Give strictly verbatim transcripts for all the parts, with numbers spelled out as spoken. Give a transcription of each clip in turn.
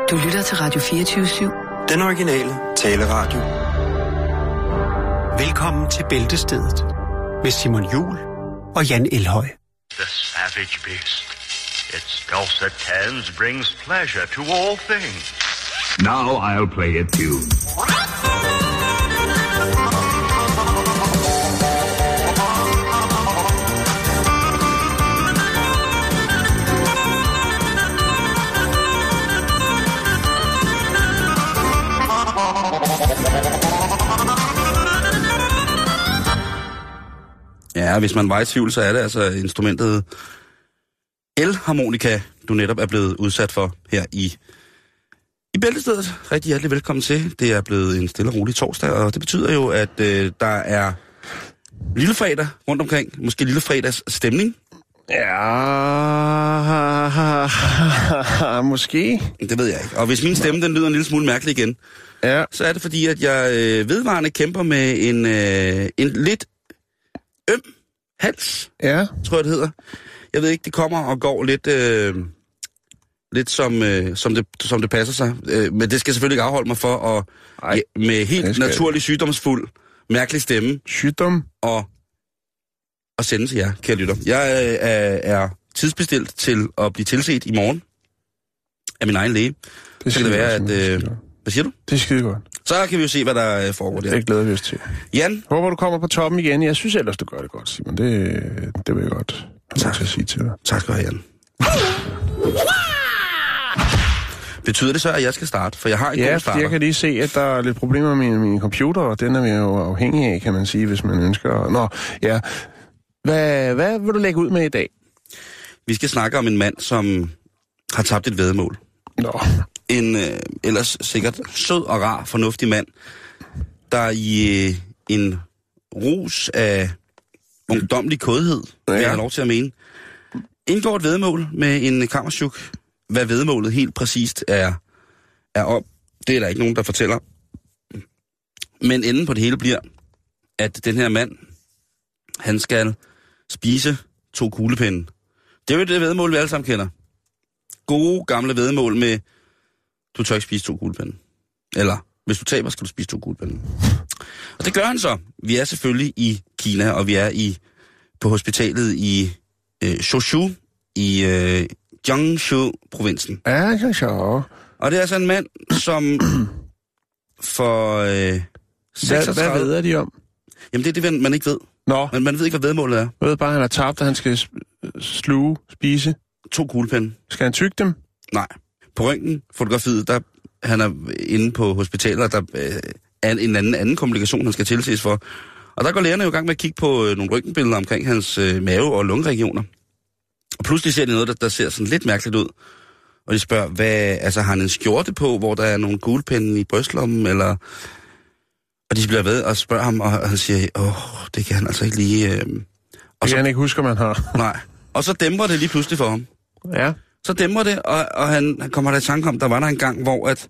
Du lytter til Radio fireogtyve syv. Den originale taleradio. Velkommen til Bæltestedet med Simon Juhl og Jan Elhøj. The savage beast. Its dulcet tones brings pleasure to all things. Now I'll play a tune. Ja, hvis man var i tvivl, så er det altså instrumentet elharmonika, du netop er blevet udsat for her i, i Bæltestedet. Rigtig hjertelig velkommen til. Det er blevet en stille og rolig torsdag, og det betyder jo, at øh, der er lillefredag rundt omkring. Måske lillefredags stemning. Ja, måske. Det ved jeg ikke. Og hvis min stemme den lyder en lille smule mærkelig igen, ja. så er det fordi, at jeg øh, vedvarende kæmper med en, øh, en lidt øm hals, ja. tror jeg det hedder. Jeg ved ikke, det kommer og går lidt, øh, lidt som, øh, som, det, som det passer sig. Øh, men det skal selvfølgelig ikke afholde mig for at Ej, ja, med helt naturlig sygdomsfuld, mærkelig stemme sygdom og, og sende til jer, kære lytter. Jeg øh, er, er tidsbestilt til at blive tilset i morgen af min egen læge. Det så kan det være, at... Øh, hvad siger du? Det er skide godt. Så kan vi jo se, hvad der foregår der. Det glæder vi os til. Jan? Håber, du kommer på toppen igen. Jeg synes ellers, du gør det godt, Simon. Det, det vil jeg godt. Tak skal jeg sige til dig. Tak skal du have, Jan. Betyder det så, at jeg skal starte? For jeg har en ja, god starter. Ja, jeg kan lige se, at der er lidt problemer med min, min computer, og den er vi jo afhængig af, kan man sige, hvis man ønsker. Nå, ja. Hvad, hvad vil du lægge ud med i dag? Vi skal snakke om en mand, som har tabt et væddemål. Nå. En øh, ellers sikkert sød og rar, fornuftig mand, der i øh, en rus af ungdomlig kodhed, ja. vil jeg have lov til at mene, indgår et væddemål med en kammerchuk. Hvad væddemålet helt præcist er, er om, det er der ikke nogen, der fortæller. Men enden på det hele bliver, at den her mand, han skal spise to kuglepinde. Det er jo det væddemål, vi alle sammen kender. Gode, gamle væddemål med, du tør ikke spise to kuglepinde. Eller, hvis du taber, skal du spise to kuglepinde. Og det gør han så. Vi er selvfølgelig i Kina, og vi er i på hospitalet i øh, Zhoushu, i øh, Jiangsu-provinsen. Ja, så. Og det er altså en mand, som for øh, seksogtredive... Hvad, hvad ved de om? Jamen, det er det, man ikke ved. Nå. Men man ved ikke, hvad væddemålet er. Jeg ved bare, at han har tabt, at han skal sluge, spise. To kuglepinde. Skal han tygge dem? Nej. På røntgenfotografiet, der han er inde på hospitalet, der øh, er en anden, anden komplikation, han skal tilses for. Og der går lægerne jo i gang med at kigge på øh, nogle røntgenbilleder omkring hans øh, mave- og lungeregioner. Og pludselig ser de noget, der, der ser sådan lidt mærkeligt ud. Og de spørger, hvad, altså har han en skjorte på, hvor der er nogle kuglepinde i brystlommen, eller... Og de bliver ved og spørger ham, og han siger, åh, det kan han altså ikke lige... Øh... Og det så... kan han ikke huske, man har. Nej. Og så dæmper det lige pludselig for ham. Ja. Så dæmmer det, og, og han, han kommer der i tanke om, der var der en gang, hvor at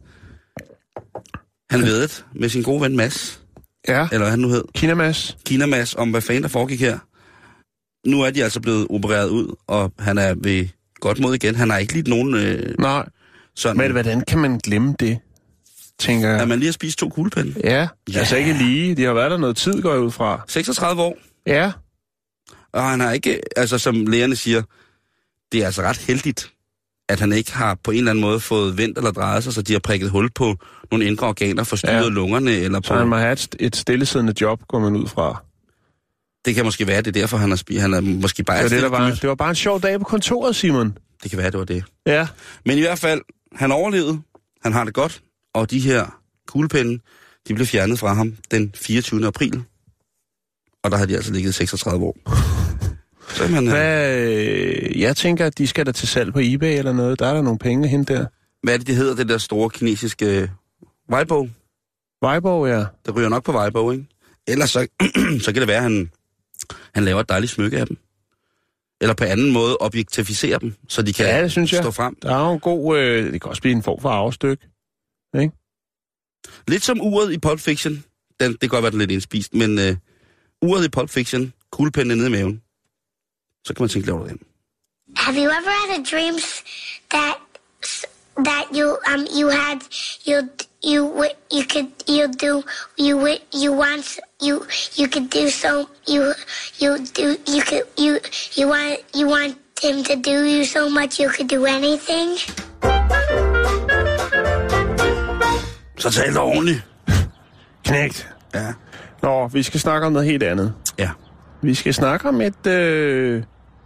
han vedede med sin gode ven Mads. Ja. Eller hvad han nu hed. Kina Mads. Kina Mads, om hvad fanden der foregik her. Nu er de altså blevet opereret ud, og han er ved godt mod igen. Han har ikke lidt nogen... Øh, Nej. sådan, men hvordan kan man glemme det, tænker jeg? At man lige har spist to kuglepinde. Ja, ja. Altså ikke lige. De har været der noget tid, går jeg ud fra. seksogtredive år. Ja. Og han har ikke, altså som lægerne siger, det er altså ret heldigt, at han ikke har på en eller anden måde fået vendt eller drejet sig, så de har prikket hul på nogle indre organer, forstyrret ja. lungerne. Eller på... Så han må have et, et stillesiddende job, går man ud fra. Det kan måske være, det er derfor, han, har spi- han er måske bare... Det, det, der var, det var bare en sjov dag på kontoret, Simon. Det kan være, det var det. Ja. Men i hvert fald, han overlevede, han har det godt, og de her kuglepinde, de blev fjernet fra ham den fireogtyvende april. Og der har de altså ligget seksogtredive år. Så man, hvad, øh, jeg tænker, at de skal da til salg på eBay eller noget. Der er der nogle penge hen der. Hvad er det, det hedder, det der store kinesiske Weibo? Weibo, ja. Det ryger nok på Weibo, ikke? Ellers så, så kan det være, at han, han laver et dejligt smykke af dem. Eller på anden måde objektificere dem, så de kan ja, det synes jeg. stå frem. Der er jo en god... Øh, det kan også blive en form for arvestykke. Ikke? Lidt som uret i Pulp Fiction. Den, det kan godt være, den lidt indspist, men øh, uret i Pulp Fiction, kuglepenne nede i maven. Så kan man tænke, laver du den. Have you ever had a dream that that you um you had you you you could you do you you want you you could do so you you do you could you you want you want him to do you so much you could do anything. Så tal dig ordentligt. Knægt. Ja. Nå, vi skal snakke om noget helt andet. Ja. Vi skal snakke om et, øh,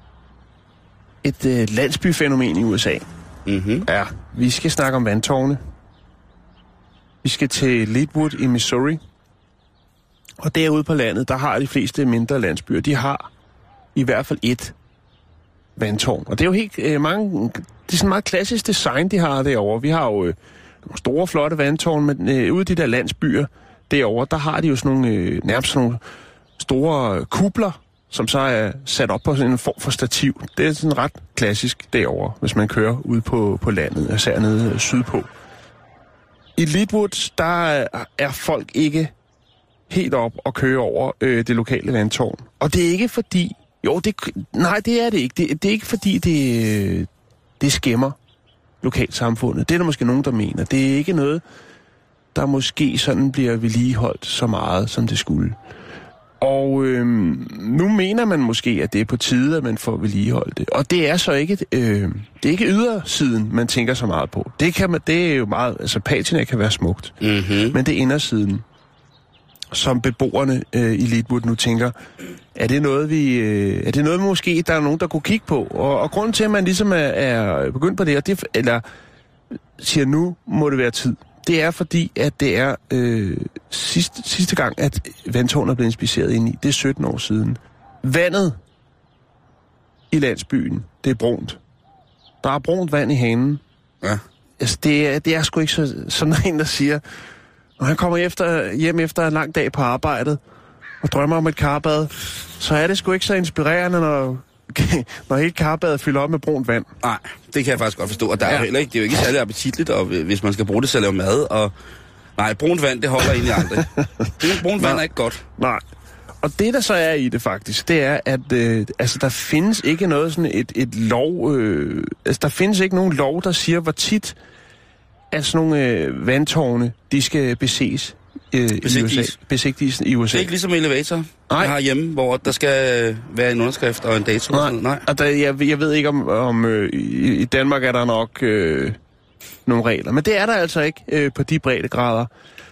et øh, landsbyfænomen i U S A. Mhm. Ja, vi skal snakke om vandtårne. Vi skal til Leadwood i Missouri. Og derude på landet, der har de fleste mindre landsbyer, de har i hvert fald et vandtårn. Og det er jo helt øh, mange, det er sådan meget klassisk design, de har derovre. Vi har jo øh, nogle store, flotte vandtårn, men øh, ude i de der landsbyer derovre, der har de jo sådan nogle, øh, nærmest sådan nogle store kubler, som så er sat op på sådan en form for stativ. Det er sådan ret klassisk derovre, hvis man kører ud på, på landet, især nede sydpå. I Leadwood, der er folk ikke helt op og kører over øh, det lokale vandtårn. Og det er ikke fordi... Jo, det, nej, det er det ikke. Det, det er ikke fordi, det, det skæmmer lokalsamfundet. Det er der måske nogen, der mener. Det er ikke noget, der måske sådan bliver vedligeholdt så meget, som det skulle. Og øh, nu mener man måske, at det er på tide, at man får vedligeholdt det. Og det er så ikke, øh, det er ikke ydersiden, man tænker så meget på. Det, kan man, det er jo meget, altså patina kan være smukt, Mm-hmm. men det er indersiden, som beboerne øh, i Leadwood nu tænker, er det noget, vi, øh, er det noget måske, der er nogen, der kunne kigge på? Og, og grunden til, at man ligesom er, er begyndt på det, og det, eller siger, nu må det være tid, det er fordi, at det er øh, sidste, sidste gang, at vandtårnet er blevet inspiceret ind i. Det er sytten år siden. Vandet i landsbyen, det er brunt. Der er brunt vand i hanen. Ja. Altså, det er, det er sgu ikke så, sådan en, der siger, når han kommer efter, hjem efter en lang dag på arbejdet, og drømmer om et karbad, så er det sgu ikke så inspirerende, når, når hele karbadet fylder op med brunt vand. Nej, det kan jeg faktisk godt forstå. Og der er Ja. jo heller ikke, det er jo ikke særlig appetitligt, og hvis man skal bruge det til at lave mad. Og nej, brunt vand, det holder egentlig aldrig. Det brunt vand er ikke godt. Nej. Og det, der så er i det faktisk, det er, at øh, altså, der findes ikke noget sådan et, et lov... Øh, altså, der findes ikke nogen lov, der siger, hvor tit at sådan nogle øh, vandtårne, de skal beses øh, i U S A. Besigtiges i U S A. Det er ikke ligesom elevator, Nej. jeg har hjemme, hvor der skal være en underskrift og en dato. Nej, Nej. og der, jeg, jeg ved ikke, om, om øh, i, i Danmark er der nok øh, nogle regler. Men det er der altså ikke øh, på de breddegrader.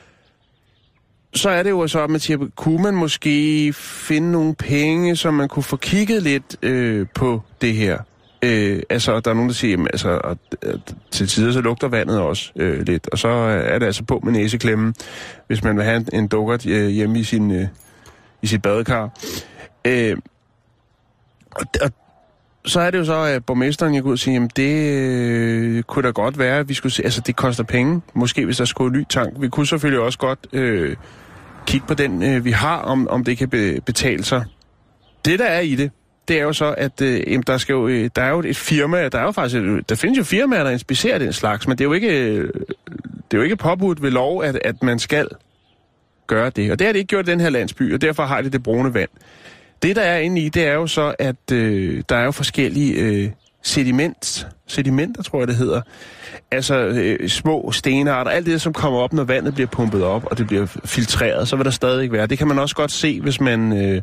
Så er det jo så, at man siger, kunne man måske finde nogle penge, så man kunne få kigget lidt øh, på det her? Øh, altså, der er nogen, der siger, jamen, altså, at, at til tider så lugter vandet også øh, lidt. Og så er det altså på med næseklemmen, hvis man vil have en, en dukkert øh, hjemme i, sin, øh, i sit badekar. Øh, og, og så er det jo så, at borgmesteren går ud og siger, jamen det øh, kunne da godt være, at vi skulle se, altså det koster penge, måske hvis der skulle en ny tank. Vi kunne selvfølgelig også godt øh, kigge på den, øh, vi har, om, om det kan be, betale sig. Det, der er i det, det er jo så, at øh, jamen, der, skal jo, øh, der er jo et firma, der er jo faktisk, der findes jo firmaer, der inspicerer den slags, men det er jo ikke, øh, det er jo ikke påbudt ved lov, at, at man skal gøre det. Og det har de ikke gjort i den her landsby, og derfor har de det brune vand. Det, der er inde i, det er jo så, at øh, der er jo forskellige øh, sediment, sedimenter, tror jeg, det hedder. Altså øh, små stenarter, alt det, som kommer op, når vandet bliver pumpet op, og det bliver filtreret, så vil der stadig være. Det kan man også godt se, hvis man øh,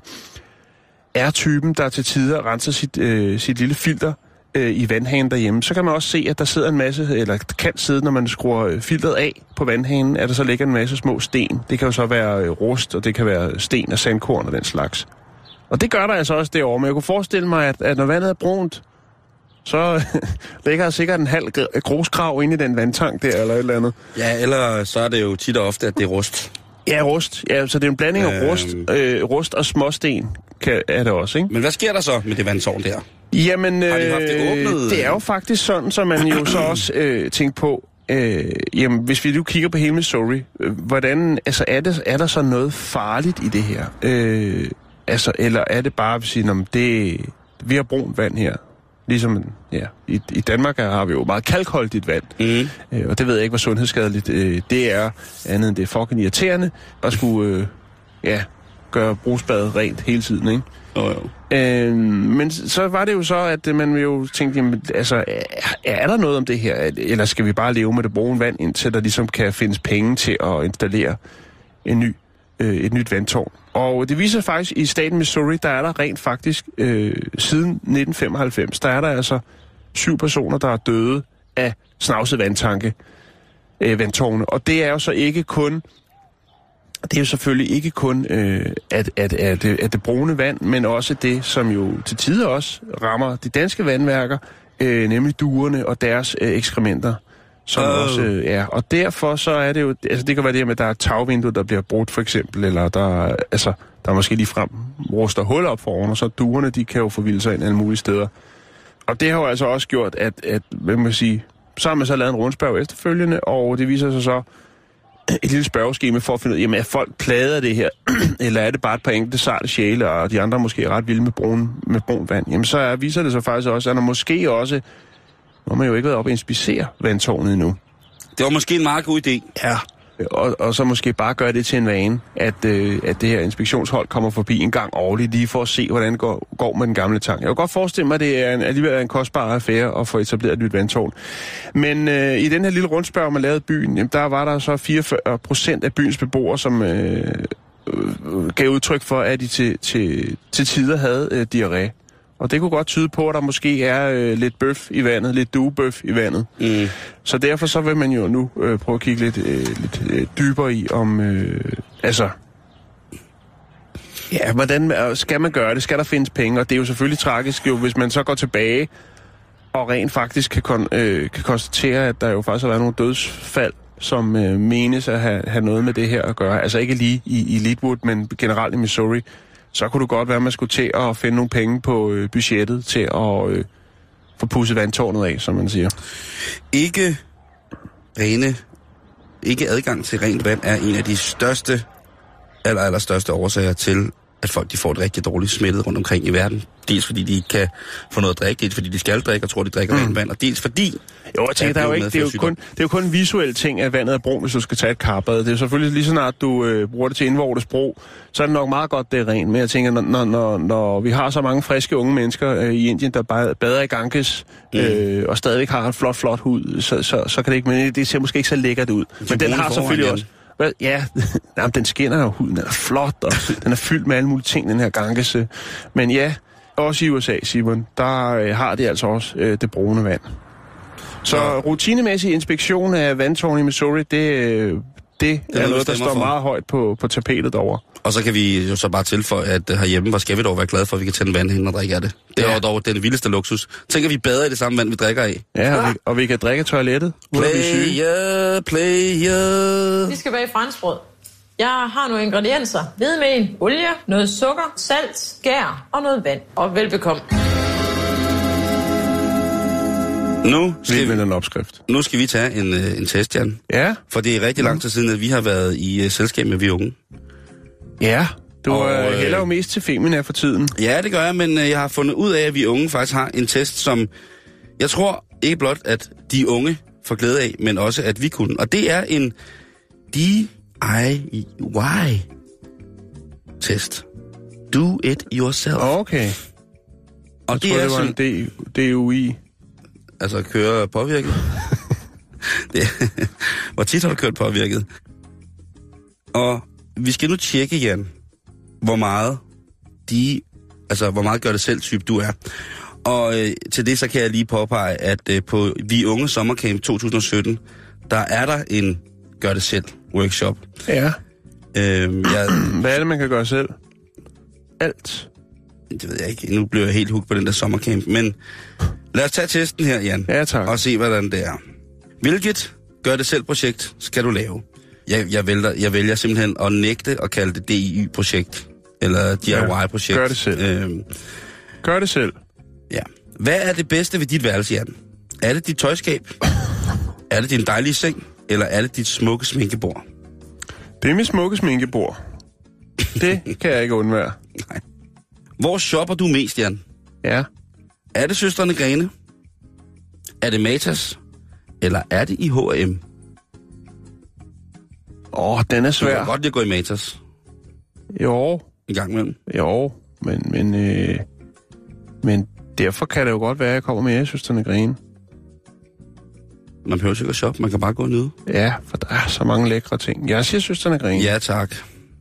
er typen, der til tider renser sit, øh, sit lille filter øh, i vandhanen derhjemme. Så kan man også se, at der sidder en masse, eller kan sidde, når man skruer filteret af på vandhanen, at der så ligger en masse små sten. Det kan jo så være øh, rust, og det kan være sten og sandkorn og den slags. Og det gør der altså også derovre, men jeg kunne forestille mig, at, at når vandet er brunt, så ligger der sikkert en halv grusgrav inde i den vandtank der, eller et eller andet. Ja, eller så er det jo tit og ofte, at det er rust. Ja, rust. Ja, så det er en blanding af Øhm. rust, øh, rust og småsten, kan, er det også, ikke? Men hvad sker der så med det vandtårn der? Jamen, Har de haft det øh, åbnet? det er jo faktisk sådan, så man jo så også øh, tænker på, øh, jamen, hvis vi nu kigger på hele Missouri, øh, hvordan, altså, er, det, er der så noget farligt i det her? Øh, altså, eller er det bare at sige, om det, vi har brunt vand her? Ligesom, ja, i, i Danmark har vi jo meget kalkholdigt vand, Mm. øh, og det ved jeg ikke, hvor sundhedsskadeligt øh, det er, andet end det er fucking irriterende at skulle, øh, ja, gøre brugsbadet rent hele tiden, ikke? Jo, jo. Øh, men så var det jo så, at man jo tænkte, jamen, altså, er, er der noget om det her? Eller skal vi bare leve med det brune vand, indtil der ligesom kan findes penge til at installere en ny, øh, et nyt vandtårn? Og det viser faktisk, i staten Missouri, der er der rent faktisk, øh, siden nitten femoghalvfems, der er der altså syv personer, der er døde af snavset vandtanke, øh, vandtårne. Og det er jo så ikke kun... Det er jo selvfølgelig ikke kun øh, at, at, at, at det brune vand, men også det, som jo til tider også rammer de danske vandværker, øh, nemlig duerne og deres øh, ekskrementer, som oh. også øh, er. Og derfor så er det jo, altså det kan være det med, at der er et tagvindue, der bliver brudt for eksempel, eller der, altså, der måske lige frem ruster hul op foran, og så duerne, de kan jo forvilde sig ind alle mulige steder. Og det har jo altså også gjort, at, at hvad man sige, så har man så lavet en rundspørg efterfølgende, og det viser sig så, et lille spørgeskema for at finde ud af, jamen er folk plaget af det her, eller er det bare et par enkelte sarte sjæle, og de andre måske er ret vilde med brun, med brun vand, jamen så er, viser det sig faktisk også, at der måske også, nu har man jo ikke været op og inspicere vandtårnet endnu. Det var måske en meget god idé. Ja, og, og så måske bare gøre det til en vane, at, øh, at det her inspektionshold kommer forbi en gang årligt, lige for at se, hvordan det går, går med den gamle tank. Jeg kan godt forestille mig, at det er en, alligevel er en kostbar affære at få etableret et nyt vandtårn. Men øh, i den her lille rundspørg, man lavede i byen, jamen, der var der så fireogfyrre procent af byens beboere, som øh, øh, gav udtryk for, at de til, til, til tider havde øh, diarré. Og det kunne godt tyde på, at der måske er øh, lidt bøf i vandet, lidt duebøf i vandet. Mm. Så derfor så vil man jo nu øh, prøve at kigge lidt, øh, lidt øh, dybere i, om, øh, altså, ja, hvordan skal man gøre det? Skal der findes penge? Og det er jo selvfølgelig tragisk, jo, hvis man så går tilbage og rent faktisk kan, kon, øh, kan konstatere, at der jo faktisk har været nogle dødsfald, som øh, menes at have, have noget med det her at gøre. Altså ikke lige i, i Leadwood, men generelt i Missouri. Så kunne det godt være, at man skulle til at finde nogle penge på øh, budgettet til at øh, få pudset vandtårnet af, som man siger. Ikke rene, ikke adgang til rent vand er en af de største, aller, aller største årsager til, at folk de får det rigtig dårligt smittet rundt omkring i verden. Dels fordi de ikke kan få noget at drikke, dels fordi de skal drikke og tror, de drikker mm. rent vand, og dels fordi... Jo, jeg tænker, der er jo ikke, det, er jo kun, det er jo kun en visuel ting, at vandet er brun, hvis du skal tage et karbad. Det er jo selvfølgelig lige snart, du øh, bruger det til indvortes brug, så er det nok meget godt, det er rent. Men jeg tænker, når, når, når vi har så mange friske unge mennesker øh, i Indien, der bader i Ganges, øh, mm. og stadigvæk har en flot, flot hud, så, så, så kan det ikke... Men det ser måske ikke så lækkert ud. De men den har selvfølgelig igen. Også... Ja, jamen, den skinner jo, huden er flot, og den er fyldt med alle mulige ting, den her Ganges. Men ja, også i U S A, Simon, der øh, har de altså også øh, det brune vand. Så ja. Rutinemæssig inspektion af vandtårn i Missouri, det, det, det er noget, der står for. Meget højt på, på tapetet derovre. Og så kan vi jo så bare tilføje, at herhjemme, hvor skal vi dog være glade for, at vi kan tænde vand hen og drikke af det. Det er ja. dog den vildeste luksus. Tænker vi bader i det samme vand, vi drikker af. Ja, og vi, og vi kan drikke toilettet. Player, player. Vi skal bage franskbrød. Jeg har nogle ingredienser. Hvidemel, olie, noget sukker, salt, skær og noget vand. Og velbekomme. Nu skal, vi, en opskrift. nu skal vi tage en, en test, Jan. Ja. For det er rigtig lang tid siden, at vi har været i uh, selskab med vi unge. Ja, du og, øh, hælder jo mest til Femina for tiden. Ja, det gør jeg, men uh, jeg har fundet ud af, at vi unge faktisk har en test, som jeg tror ikke blot, at de unge får glæde af, men også, at vi kunne. Og det er en D I Y-test. Do it yourself. Okay. Og jeg det tror, er det var sådan, en D U I. Altså køre påvirket. Det, hvor tit har du kørt påvirket? Og vi skal nu tjekke, Jan, hvor meget de, altså hvor meget gør det selv type du er. Og øh, til det så kan jeg lige påpege, at øh, på Vi Unge Sommercamp to tusind og sytten, der er der en gør det selv workshop. Ja. Øhm, jeg, Hvad er det, man kan gøre selv? Alt. Det ved jeg ikke. Nu bliver jeg helt hooked på den der sommercamp. Men lad os tage testen her, Jan. Ja, tak. Og se, hvordan det er. Hvilket gør det selv projekt skal du lave? Jeg, jeg, vælger, jeg vælger simpelthen at nægte at kalde det D I Y-projekt. Eller D I Y-projekt. Ja, gør det selv. Øhm, gør det selv. Ja. Hvad er det bedste ved dit værelse, Jan? Er det dit tøjskab? Er det din dejlige seng? Eller er det dit smukke sminkebord? Det er mit smukke sminkebord. Det kan jeg ikke undvære. Nej. Hvor shopper du mest, Jan? Ja. Er det Søstrene Grene? Er det Matas? Eller er det i H og M? Åh, oh, den er svær. Du kan godt lide at gå i Matas. Jo. en gang imellem. Jo, men, men, øh, men derfor kan det jo godt være, at jeg kommer med Søsterne Grene. Man behøver sikkert shoppe, man kan bare gå ned. Ja, for der er så mange lækre ting. Jeg siger Søsterne Grene. Ja, tak.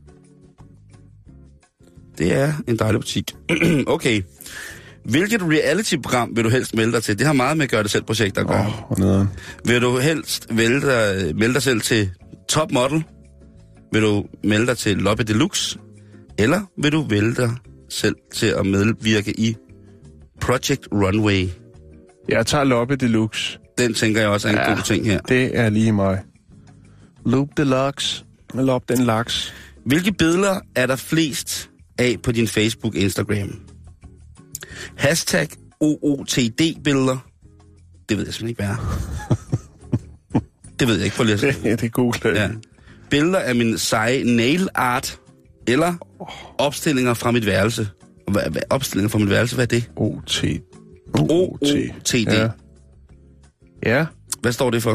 Det er en dejlig butik. Okay. Hvilket reality-program vil du helst melde dig til? Det har meget med at gøre det selv projekter at gøre. Oh, vil du helst melde dig, melde dig selv til Top Model? Vil du melde dig til Loppe Deluxe? Eller vil du vælge dig selv til at medvirke i Project Runway? Jeg tager Loppe Deluxe. Den tænker jeg også er en ja, god ting her. Det er lige mig. Loop Deluxe. Lop den laks. Hvilke billeder er der flest af på din Facebook-Instagram? Hashtag O O T D-billeder. Det ved jeg simpelthen ikke, hvad er. Det ved jeg ikke, for lige at det, det er googlet. Ja. Billeder af min seje nail art, eller opstillinger fra mit værelse. Hvad, hvad, opstillinger fra mit værelse, hvad er det? O T O T D. Ja. Ja. Hvad står det for?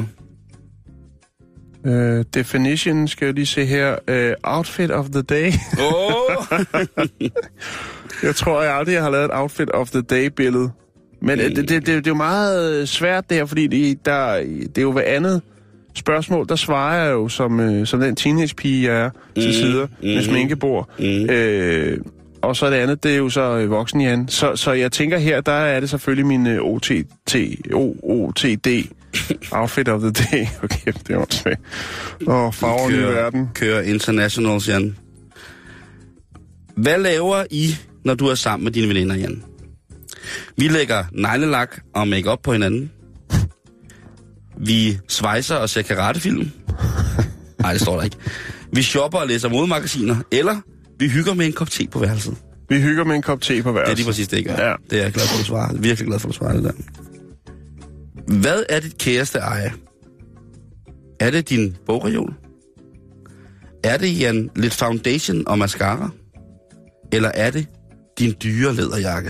Uh, definition, skal jeg lige se her. Uh, outfit of the day. Oh. Jeg tror, jeg aldrig har lavet et outfit of the day-billede. Men mm. det, det, det, det er jo meget svært det her, fordi det, der, det er jo hver andet spørgsmål, der svarer jeg jo som, øh, som den teenage-pige, jeg er mm. til sider mm. med sminkebord. Mm. Øh, og så det andet, det er jo så øh, voksen Jan. Så, så jeg tænker her, der er det selvfølgelig min øh, O T D outfit of the day. Okay, det er også svært. Åh, farven i verden. Kører internationals, Jan. Hvad laver I, når du er sammen med dine veninder, Jan? Vi lægger neglelak og make-up på hinanden. Vi svejser og ser karatefilm. Nej, det står der ikke. Vi shopper og læser modemagasiner. Eller vi hygger med en kop te på værelset. Vi hygger med en kop te på værelset. Det er lige præcis det, ikke? Ja. Det er jeg glad for, at du svarer. Jeg er virkelig glad for, at du svarer det der. Hvad er dit kæreste eje? Er det din bogreol? Er det, Jan, lidt foundation og mascara? Eller er det din dyre læderjakke?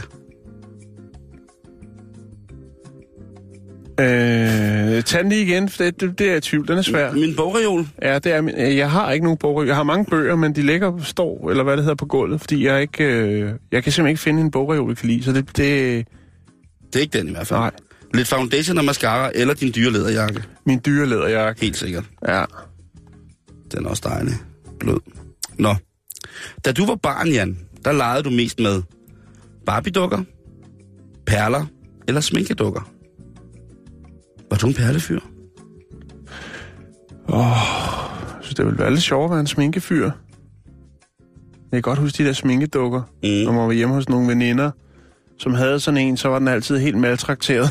Øh, tag den lige igen, for det, det, det er jeg i tvivl. Den er svær. Min bogreol? Ja, det er min. Jeg har ikke nogen bogreol. Jeg har mange bøger, men de ligger står, eller hvad det hedder, på gulvet, fordi jeg ikke, øh, jeg kan simpelthen ikke finde en bogreol, jeg kan lide. Så det, det... Det er ikke den i hvert fald. Nej. Lidt foundation og mascara, eller din dyre læderjakke? Min dyre læderjakke. Helt sikkert. Ja. Den er også dejlig. Blød. Nå. Da du var barn, Jan, der legede du mest med Barbie-dukker, perler eller sminkedukker? Var du en perlefyr? Åh, oh, jeg synes, det ville være lidt sjovt at være en sminkefyr. Jeg kan godt huske de der sminkedukker, mm. når man var hjemme hos nogle veninder, som havde sådan en, så var den altid helt maltrakteret.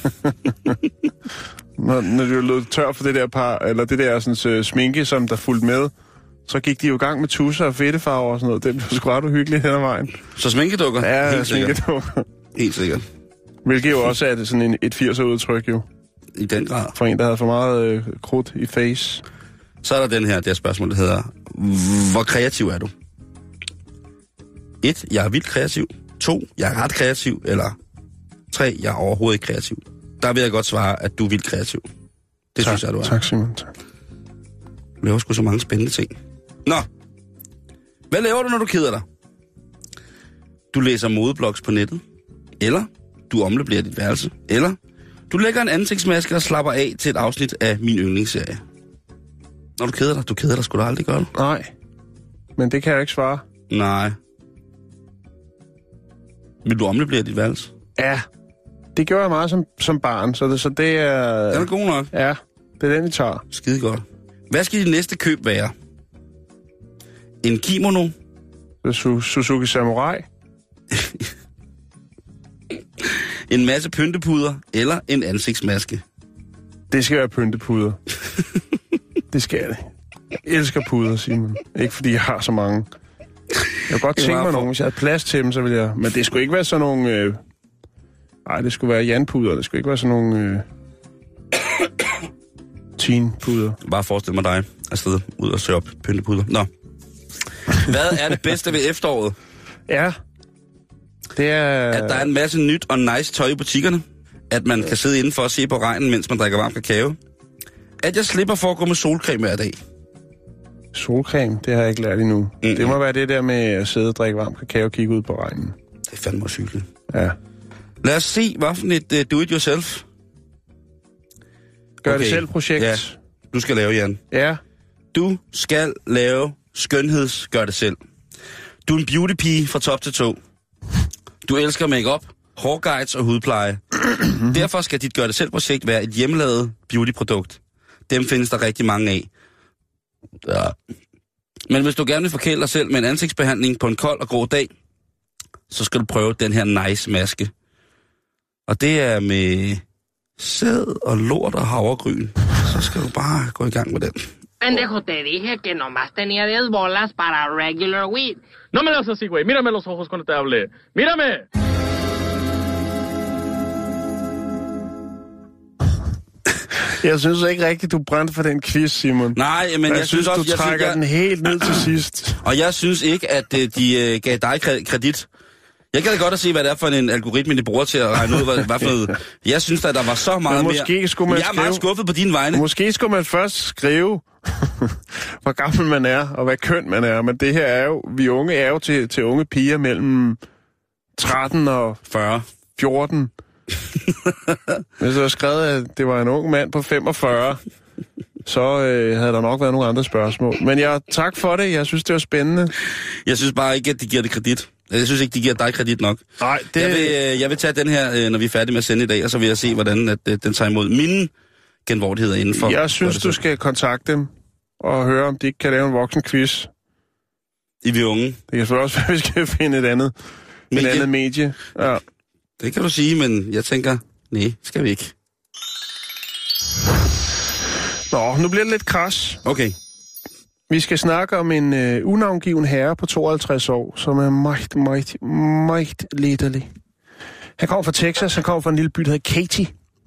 når, når de lød tør for det der par, eller det der sådan, uh, sminke, som der fulgte med, så gik de jo i gang med tusser og fedtefarver og sådan noget. Det blev sgu ret uhyggeligt hen ad vejen. Så sminkedukker? Ja, helt sminkedukker. Sikkert. Helt sikkert. Hvilket jo også er sådan en, et firser-udtryk jo. I den grad. For en, der havde for meget øh, krudt i face. Så er der den her, det her spørgsmål, der hedder, hvor kreativ er du? Et, jeg er vildt kreativ. To, jeg er ret kreativ. Eller tre, jeg er overhovedet ikke kreativ. Der vil jeg godt svare, at du er vildt kreativ. Det tak, synes jeg, du er. Tak, Simon. Tak. Du laver sgu så mange spændende ting. Nå. Hvad laver du, når du keder dig? Du læser modeblogs på nettet. Eller du omløber dit værelse. Eller du lægger en ansigtsmaske og slapper af til et afsnit af min yndlingsserie. Når du keder dig, du keder dig, skulle du aldrig gøre det? Nej, men det kan jeg ikke svare. Nej. Vil du omløbe dit værelse? Ja, det gjorde jeg meget som, som barn, så det, så det er... Den er god nok. Ja, det er den, vi tager. Skide godt. Hvad skal dit næste køb være? En kimono? Suzuki Samurai? En masse pyntepuder eller en ansigtsmaske? Det skal være pyntepuder. Det skal det. Jeg elsker puder, Simon. Ikke fordi jeg har så mange. Jeg kunne godt tænke mig for... nogle. Hvis jeg havde plads til dem, så ville jeg... Men det skulle ikke være sådan nogle... Øh... Nej, det skulle være Jan-puder. Det skulle ikke være sådan nogle... Øh... Teen-puder. Bare forestil mig dig afsted ud og søge op pyntepuder. Nå. Hvad er det bedste ved efteråret? Ja. Det er... At der er en masse nyt og nice tøj i butikkerne. At man kan sidde indenfor og se på regnen, mens man drikker varm kakao. At jeg slipper for at gå med solcreme hver dag. Solcreme, det har jeg ikke lært endnu. Mm-hmm. Det må være det der med at sidde og drikke varm kakao og kigge ud på regnen. Det er fandme også hyggeligt. Ja. Lad os se, hvad for et uh, do-it-yourself. Gør okay. det selv projekt. Ja, du skal lave, Jan. Ja. Du skal lave skønheds gør det selv. Du er en beauty-pige fra top til tå. Du elsker make-up, hårguides og hudpleje. Derfor skal dit gør det selv projekt være et hjemmelavet beauty-produkt. Dem findes der rigtig mange af. Ja. Men hvis du gerne vil forkæle dig selv med en ansigtsbehandling på en kold og grå dag, så skal du prøve den her nice maske. Og det er med sæd og lort og havregryn. Så skal du bare gå i gang med den. Pendejo, te dije que nomás tenía diez bolas para regular weed. No me lo hagas así, güey. Mírame los ojos cuando te hable. ¡Mírame! Jeg synes ikke rigtigt, du brændte for den quiz, Simon. Nej, men jeg, jeg jeg synes, synes også, du jeg trækker synes, jeg... den helt ned til sidst. Og jeg synes ikke, at de uh, gav dig kredit. Jeg kan da godt at se, hvad det er for en algoritme, de bruger til at regne ud, hvad, hvad for noget. Jeg synes, at der var så meget men måske mere. Skulle man jeg er skrive... meget skuffet på dine vegne. Måske skulle man først skrive, hvor gammel man er, og hvad køn man er. Men det her er jo, vi unge er jo til, til unge piger mellem tretten og fyrre. fjorten. Hvis du havde skrevet, at det var en ung mand på femogfyrre, så øh, havde der nok været nogle andre spørgsmål. Men jeg tak for det. Jeg synes, det var spændende. Jeg synes bare ikke, at de giver det kredit. Jeg synes ikke, de giver dig kredit nok. Nej, det... Jeg vil, jeg vil tage den her, når vi er færdige med at sende i dag, og så vil jeg se, hvordan at, den tager imod mine genvordigheder indenfor. Jeg synes, du skal kontakte dem og høre, om de ikke kan lave en voksenquiz. I vi unge. Det kan selvfølgelig også være, at vi skal finde et andet medie. Et andet medie. Ja. Det kan du sige, men jeg tænker, nej, skal vi ikke. Nå, nu bliver det lidt kras. Okay. Vi skal snakke om en øh, unavngiven herre på tooghalvtreds år, som er meget, meget, meget letterlig. Han kommer fra Texas, han kommer fra en lille by, der hedder Katy.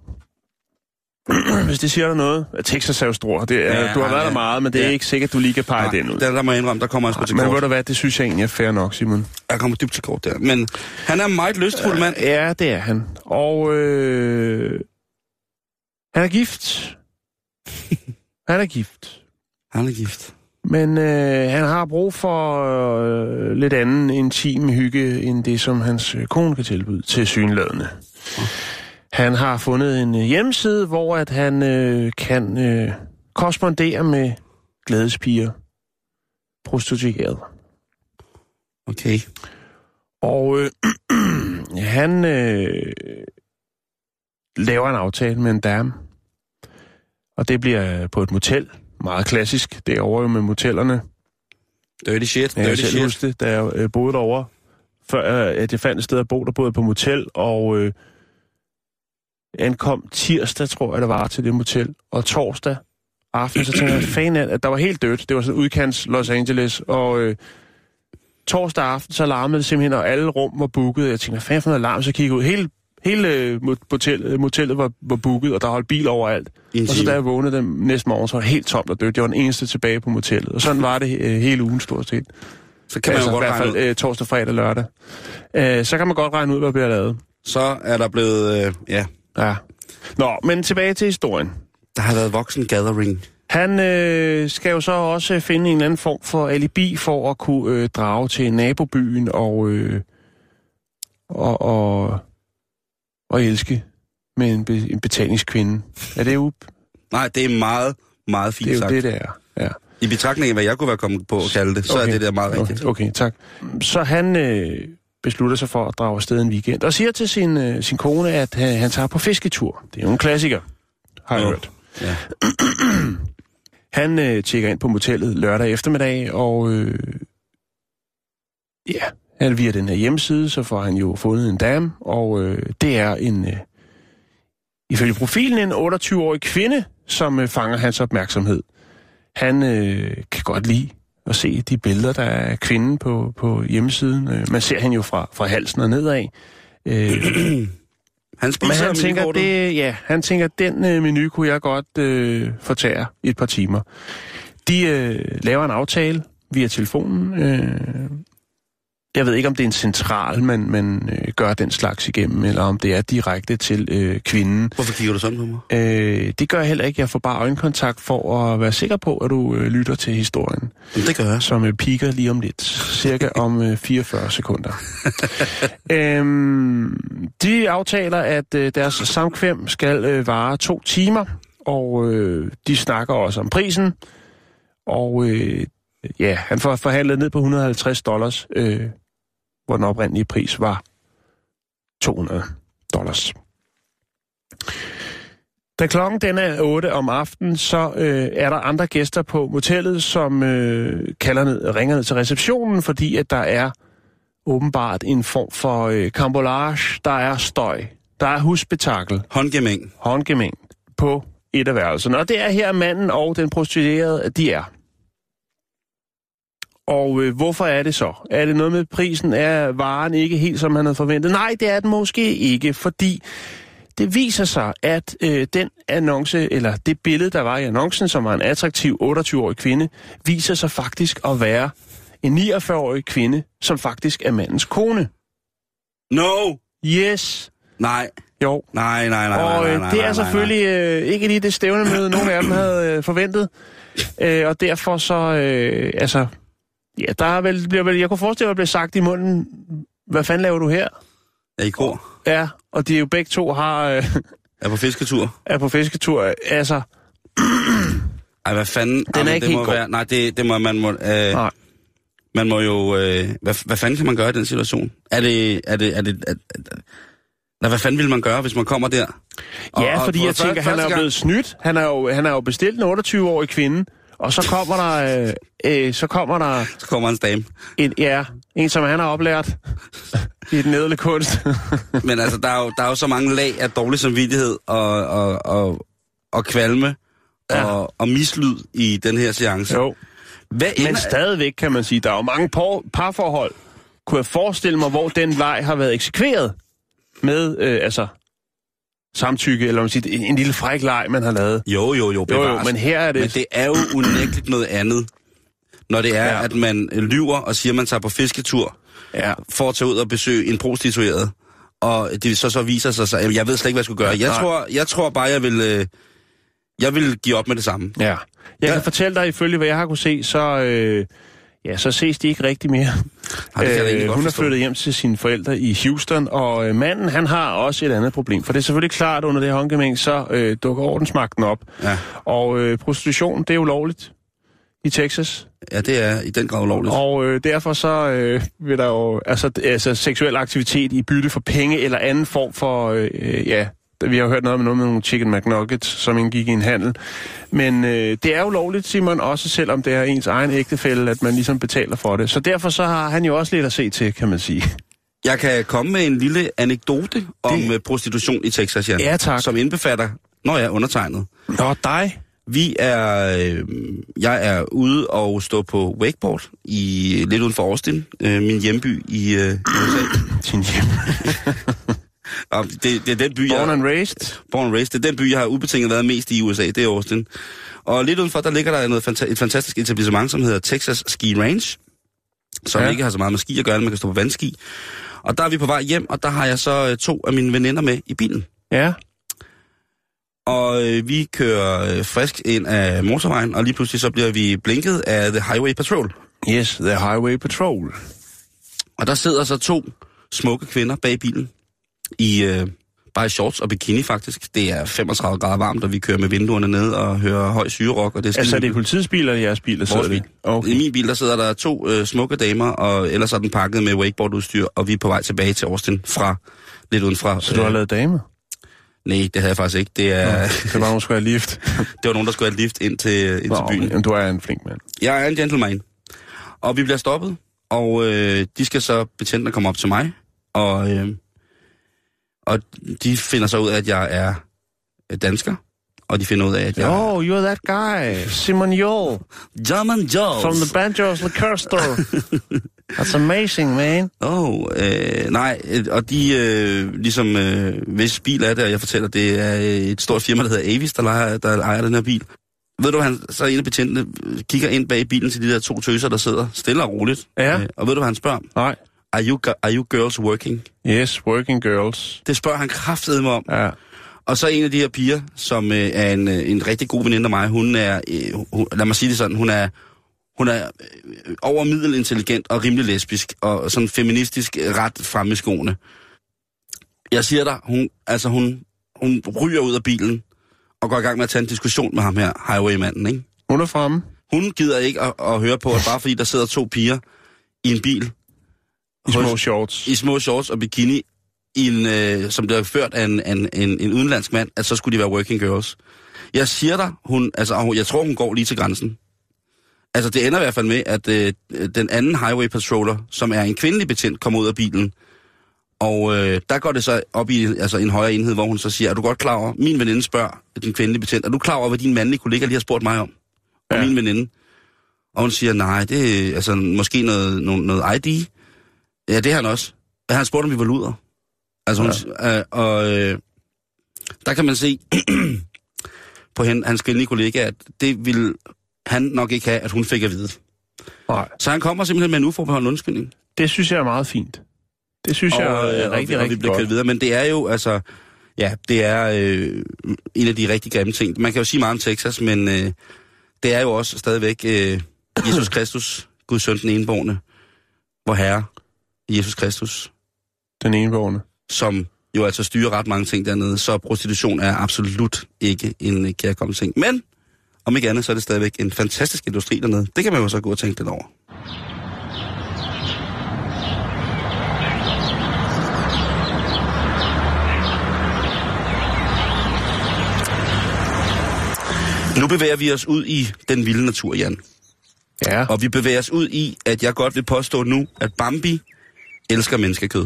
Hvis det siger dig noget. Texas er jo stor. Det er, ja, du har været ja, der meget, men det er ja. ikke sikkert, du lige kan pege den ud. Der, der må jeg indrømme, der kommer jeg sgu til kort. Men ved du hvad, det synes jeg egentlig er fair nok, Simon. Jeg kommer dybt til kort der. Men han er en meget lystfuld mand. Ja, det er han. Og øh, han er gift. Han er gift. Han er gift. Men øh, han har brug for øh, lidt anden intim hygge, end det, som hans øh, kone kan tilbyde til synladende. Oh. Han har fundet en øh, hjemmeside, hvor at han øh, kan øh, korrespondere med glædespiger, prostituerede. Okay. Og øh, han øh, laver en aftale med en dame, og det bliver på et motel. Meget klassisk. Det er over med motellerne. Dirty shit. Ja, Dirty shit. Huske det, da jeg øh, boede derovre. Før øh, at jeg fandt et sted at bo, der boede på motel, og øh, ankom tirsdag, tror jeg, det var, til det motel. Og torsdag aften, så tænkte jeg, fan af, at der var helt dødt. Det var sådan udkants Los Angeles, og øh, torsdag aften, så larmede det simpelthen, og alle rum var booket. Jeg tænkte, hvad fanden for noget alarm, så kiggede ud. Hele, hele motel, motellet var, var booket, og der holdt bil overalt. Og så da jeg vågnede den næste morgen, så var det helt tomt og dødt. Jeg var den eneste tilbage på motellet. Og sådan var det øh, hele ugen stort set. Så kan man altså, jo godt i hvert fald øh, torsdag, fredag, lørdag. Øh, så kan man godt regne ud, hvad der bliver lavet. Så er der blevet, øh, ja. Ja. Nå, men tilbage til historien. Der har været voksen gathering. Han øh, skal jo så også finde en eller anden form for alibi for at kunne øh, drage til nabobyen og, øh, og, og, og elske med en, be, en betalingskvinde. Er det jo? Nej, det er meget, meget fint sagt. Det er jo sagt. Det, det er. Ja. I betragtning af, hvad jeg kunne være kommet på at kalde det, så okay. er det der meget rigtigt. Okay, okay, tak. Så han øh, beslutter sig for at drage afsted en weekend, og siger til sin, øh, sin kone, at øh, han tager på fisketur. Det er jo en klassiker, har jeg hørt. Ja. Han øh, tjekker ind på motellet lørdag eftermiddag, og øh, ja, han via den her hjemmeside, så får han jo fundet en dame, og øh, det er en, øh, ifølge profilen, en otteogtyve-årig kvinde, som øh, fanger hans opmærksomhed. Han øh, kan godt lide at se de billeder, der er af kvinden på, på hjemmesiden. Man ser hende jo fra, fra halsen og nedad. Øh, han spiser men han tænker, det, ja, han tænker, at den øh, menu kunne jeg godt øh, fortære i et par timer. De øh, laver en aftale via telefonen. Øh, Jeg ved ikke, om det er en central, man, man øh, gør den slags igennem, eller om det er direkte til øh, kvinden. Hvorfor kigger du sådan på mig? Øh, det gør jeg heller ikke. Jeg får bare øjenkontakt for at være sikker på, at du øh, lytter til historien. Jamen, det gør jeg. Som øh, piker lige om lidt. Cirka om øh, fireogfyrre sekunder. øhm, de aftaler, at øh, deres samkvem skal øh, vare to timer, og øh, de snakker også om prisen. Og øh, ja, han får forhandlet ned på et hundrede og halvtreds dollars, øh, hvor den oprindelige pris var to hundrede dollars. Da klokken den er otte om aftenen, så øh, er der andre gæster på motellet, som øh, kalder ned, ringer ned til receptionen, fordi at der er åbenbart en form for øh, carambolage, der er støj, der er husspektakel. Håndgemæng. Håndgemæng på et af værelserne. Og det er her manden og den prostituerede, de er. Og øh, hvorfor er det så? Er det noget med prisen? Er varen ikke helt, som han havde forventet? Nej, det er den måske ikke, fordi det viser sig, at øh, den annonce, eller det billede, der var i annoncen, som var en attraktiv otteogtyve-årig kvinde, viser sig faktisk at være en niogfyrre-årig kvinde, som faktisk er mandens kone. No! Yes! Nej. Jo. Nej, nej, nej, og nej, øh, nej, det er nej, selvfølgelig øh, ikke lige det stævnemøde, nogen af dem havde øh, forventet. Øh, og derfor så, øh, altså, ja, der er vel, bliver vel, jeg kunne forestille mig, at der bliver sagt i munden, hvad fanden laver du her? Er I kor? Ja, og de jo begge to har... Øh, er på fisketur? Er på fisketur, altså... Ej, hvad fanden... Den er Jamen, ikke det helt må god. være, nej, det, det må man... Må, øh, nej. Man må jo... Øh, hvad, hvad fanden kan man gøre i den situation? Er det... Er det, er det er, er, hvad fanden vil man gøre, hvis man kommer der? Og, ja, og, fordi og, jeg tænker, han er jo blevet snydt. Han er jo, han er jo bestilt en otteogtyve-årig kvinde, og så kommer der... Øh, øh, så kommer der... Så kommer hans dame. En, ja, en som han har oplært i den ædle kunst. Men altså, der er, jo, der er jo så mange lag af dårlig samvittighed og, og, og, og kvalme ja. og, og mislyd i den her seance. Jo. Hvad Men ender... stadigvæk kan man sige, der er jo mange par, parforhold. Kunne jeg forestille mig, hvor den leg har været eksekveret med, øh, altså, samtykke, eller man siger, en, en lille fræk leg, man har lavet. Jo, jo, jo, jo, jo, men her er det... Men det er jo unægteligt noget andet, når det er, ja. at man lyver og siger, at man tager på fisketur, ja. for at tage ud og besøge en prostitueret, og det så så viser sig, så jeg ved slet ikke, hvad jeg skulle gøre. Jeg Nej. tror, jeg tror bare, jeg vil, øh, jeg vil give op med det samme. Ja. Jeg ja. kan fortælle dig, ifølge hvad jeg har kunne se, så, øh, ja, så ses de ikke rigtig mere. Ej, det kan jeg øh, hun er flyttet hjem til sine forældre i Houston, og øh, manden, han har også et andet problem. For det er selvfølgelig klart, under det her håndgemæng, så øh, dukker ordensmagten op. Ja. Og øh, prostitution, det er ulovligt i Texas. Ja, det er i den grad ulovligt. Og øh, derfor så øh, vil der jo, altså, altså seksuel aktivitet i bytte for penge eller anden form for, øh, ja, vi har hørt noget med noget med nogle chicken McNuggets, som indgik i en handel. Men øh, det er ulovligt, Simon, også selvom det er ens egen ægtefælle, at man ligesom betaler for det. Så derfor så har han jo også lidt at se til, kan man sige. Jeg kan komme med en lille anekdote om det... prostitution i Texas, Jan. Ja, tak. Som indbefatter, når jeg er undertegnet. Nå, dig. Vi er, øh, jeg er ude og stå på wakeboard i lidt uden for Austin, øh, min hjemby i øh, U S A. Din hjemby. det, det er den by, Born jeg, and raised. Born and raised. Det er den by, jeg har ubetinget været mest i U S A, det er Austin. Og lidt udenfor, der ligger der noget fanta- et fantastisk etablissement, som hedder Texas Ski Range, som ja. ikke har så meget med ski at gøre, man kan stå på vandski. Og der er vi på vej hjem, og der har jeg så øh, to af mine veninder med i bilen. Ja. Og øh, vi kører øh, frisk ind af motorvejen, og lige pludselig så bliver vi blinket af The Highway Patrol. Yes, The Highway Patrol. Og der sidder så to smukke kvinder bag bilen, i øh, bare i shorts og bikini faktisk. Det er femogtredive grader varmt, og vi kører med vinduerne ned og hører høj syrerock. Og det er altså er det politiets bil eller jeres bil, der sidder bil. Okay. I min bil, der sidder der to øh, smukke damer, og ellers er den pakket med wakeboardudstyr, og vi er på vej tilbage til Austin fra lidt udenfra. Så du har lavet damer? Nej, det havde jeg faktisk ikke. Det, er, Nå, det var nogen, der skulle have lift. det var nogen, der skulle have lift ind til, ind Nå, til byen. Men du er en flink mand. Jeg er en gentleman. Og vi bliver stoppet, og øh, de skal så betjentene komme op til mig, og, øh, og de finder så ud af, at jeg er dansker, og de finder ud af, at jeg... Oh, you're that guy, Simon Joel. German Joel. From the Banjos Liquor Store. That's amazing, man. Oh, øh, nej, og de, øh, ligesom, øh, hvis bil er det, og jeg fortæller, det er et stort firma, der hedder Avis, der, leger, der ejer den her bil. Ved du, han, så en af betjentene kigger ind bag bilen til de der to tøser, der sidder stille og roligt. Ja. Øh, og ved du, hvad han spørger om? Nej. are you, are you girls working? Yes, working girls. Det spørger han kraftedeme om. Ja. Og så en af de her piger, som øh, er en, en rigtig god veninde af mig, hun er, øh, hun, lad mig sige det sådan, hun er, hun er øh, over middelintelligent og rimelig lesbisk, og sådan feministisk øh, ret fremme i skoene. Jeg siger dig, hun, altså hun, hun ryger ud af bilen, og går i gang med at tage en diskussion med ham her, highwaymanden, ikke? Hun er fremme. Hun gider ikke at, at høre på, at bare fordi der sidder to piger i en bil. I små shorts. I små shorts og bikini, i en, øh, som der er ført af en, en, en, en udenlandsk mand, at så skulle de være working girls. Jeg siger dig, hun, altså, jeg tror, hun går lige til grænsen. Altså, det ender i hvert fald med, at øh, den anden highway patroller, som er en kvindelig betjent, kommer ud af bilen. Og øh, der går det så op i altså, en højere enhed, hvor hun så siger, er du godt klar over, min veninde spørger den kvindelige betjent, er du klar over, hvad din mandlige kollega lige har spurgt mig om? Og ja. Min veninde. Og hun siger, nej, det er altså, måske noget, noget, noget I D. Ja, det har han også. Jeg har spurgt, om vi var luder. Altså, hun, ja. øh, og øh, der kan man se på hen, hans kvindelige kollega, at det vil han nok ikke have, at hun fik at vide. Nej. Så han kommer simpelthen med en uforbeholden undskyldning. Det synes jeg er meget fint. Det synes og, jeg er øh, rigtig, og, rigtig og vi bliver kørt videre, men det er jo, altså, ja, det er øh, en af de rigtig grimme ting. Man kan jo sige meget om Texas, men øh, det er jo også stadigvæk øh, Jesus Kristus, Guds søn, den enebårne, vor Herre, Jesus Kristus. Den enebårne. Som jo altså styrer ret mange ting dernede, så prostitution er absolut ikke en kærkommen ting. Men, om ikke andet, så er det stadigvæk en fantastisk industri dernede. Det kan man jo så gå og tænke lidt over. Nu bevæger vi os ud i den vilde natur, Jan. Ja. Og vi bevæger os ud i, at jeg godt vil påstå nu, at Bambi elsker menneskekød.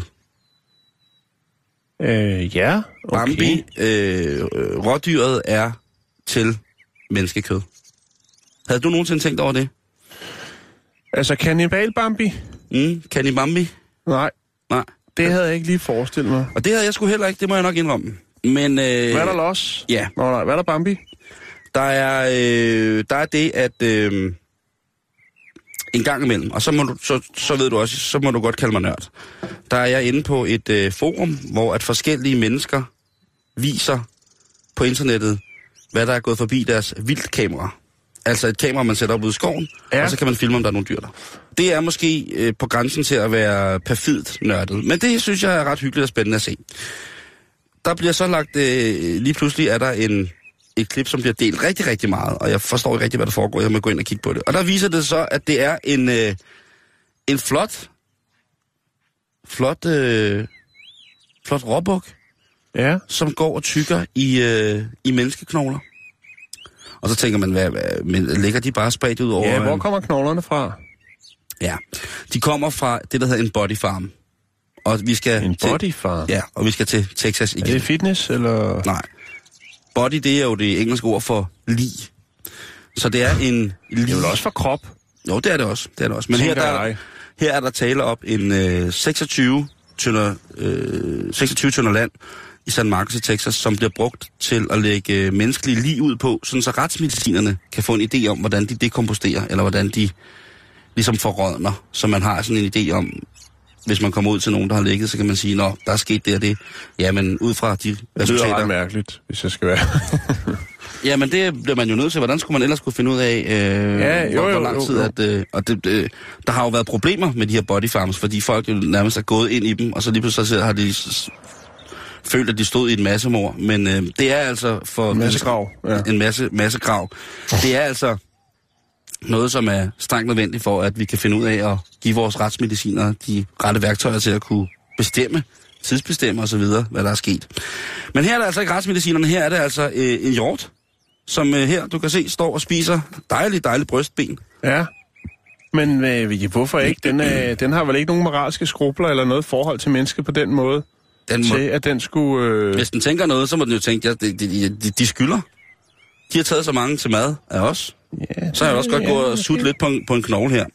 Øh, ja, okay. Bambi, øh, rådyret er til menneskekød. Havde du nogensinde tænkt over det? Altså, kannibal Bambi? Mm, kannibambi? Nej. Nej. Det havde jeg ikke lige forestillet mig. Og det havde jeg sgu heller ikke, det må jeg nok indrømme. Men, øh, hvad er der los? Ja. Nå, nej, hvad er der Bambi? Der er, øh, der er det, at øh, en gang imellem, og så, må du, så, så ved du også, så må du godt kalde mig nørd. Der er jeg inde på et øh, forum, hvor at forskellige mennesker viser på internettet, hvad der er gået forbi deres vildkamera. Altså et kamera, man sætter op ude i skoven, ja. Og så kan man filme, om der er nogle dyr der. Det er måske øh, på grænsen til at være perfidt nørdet, men det synes jeg er ret hyggeligt og spændende at se. Der bliver så lagt, øh, lige pludselig er der en... et klip, som bliver delt rigtig, rigtig meget, og jeg forstår ikke rigtig, hvad der foregår. Jeg må gå ind og kigge på det. Og der viser det så, at det er en, øh, en flot, flot, øh, flot råbuk, ja. Som går og tykker i, øh, i menneskeknogler. Og så tænker man, hvad, hvad men ligger de bare spredt ud over? Ja, hvor kommer knoglerne fra? Ja, de kommer fra det, der hedder en body farm. Og vi skal en til, body farm? Ja, og vi skal til Texas igen. Er det fitness, eller? Nej. Body, det er jo det engelske ord for lig. Så det er en lig. Det er jo også for krop. Jo, det er det også. Det er det også. Men her, der, her er der tale op en øh, seksogtyve tønder, øh, seksogtyve tønder land i San Marcos i Texas, som bliver brugt til at lægge øh, menneskelige lig ud på, sådan så retsmedicinerne kan få en idé om, hvordan de dekomposterer, eller hvordan de ligesom forrådner, så man har sådan en idé om, hvis man kommer ud til nogen, der har ligget, så kan man sige, nå, der er sket det og det. Jamen, ud fra de resultater... Det lyder ret mærkeligt, hvis jeg skal være. Jamen, det bliver man jo nødt til. Hvordan skulle man ellers kunne finde ud af, øh, ja, jo, hvor, jo, hvor lang tid... Jo, jo. At, øh, og det, øh, der har jo været problemer med de her body farms, fordi folk jo nærmest er gået ind i dem, og så lige pludselig så har de s- følt, at de stod i en masse mor. Men øh, det er altså for... En masse grav. Ja. En masse, masse grav. Det er altså... noget, som er strengt nødvendigt for, at vi kan finde ud af at give vores retsmedicinere de rette værktøjer til at kunne bestemme, tidsbestemme osv., hvad der er sket. Men her er det altså ikke retsmedicinerne, her er det altså øh, en hjort, som øh, her, du kan se, står og spiser dejligt, dejligt brystben. Ja, men øh, hvorfor ikke? Den, øh, den har vel ikke nogen moralske skrubler eller noget forhold til mennesket på den måde, den må, til at den skulle... Øh... Hvis den tænker noget, så må den jo tænke, at ja, de, de, de, de skylder. De har taget så mange til mad af os. Yeah, så har jeg også godt yeah, gået og sutte lidt på en, på en knogle her.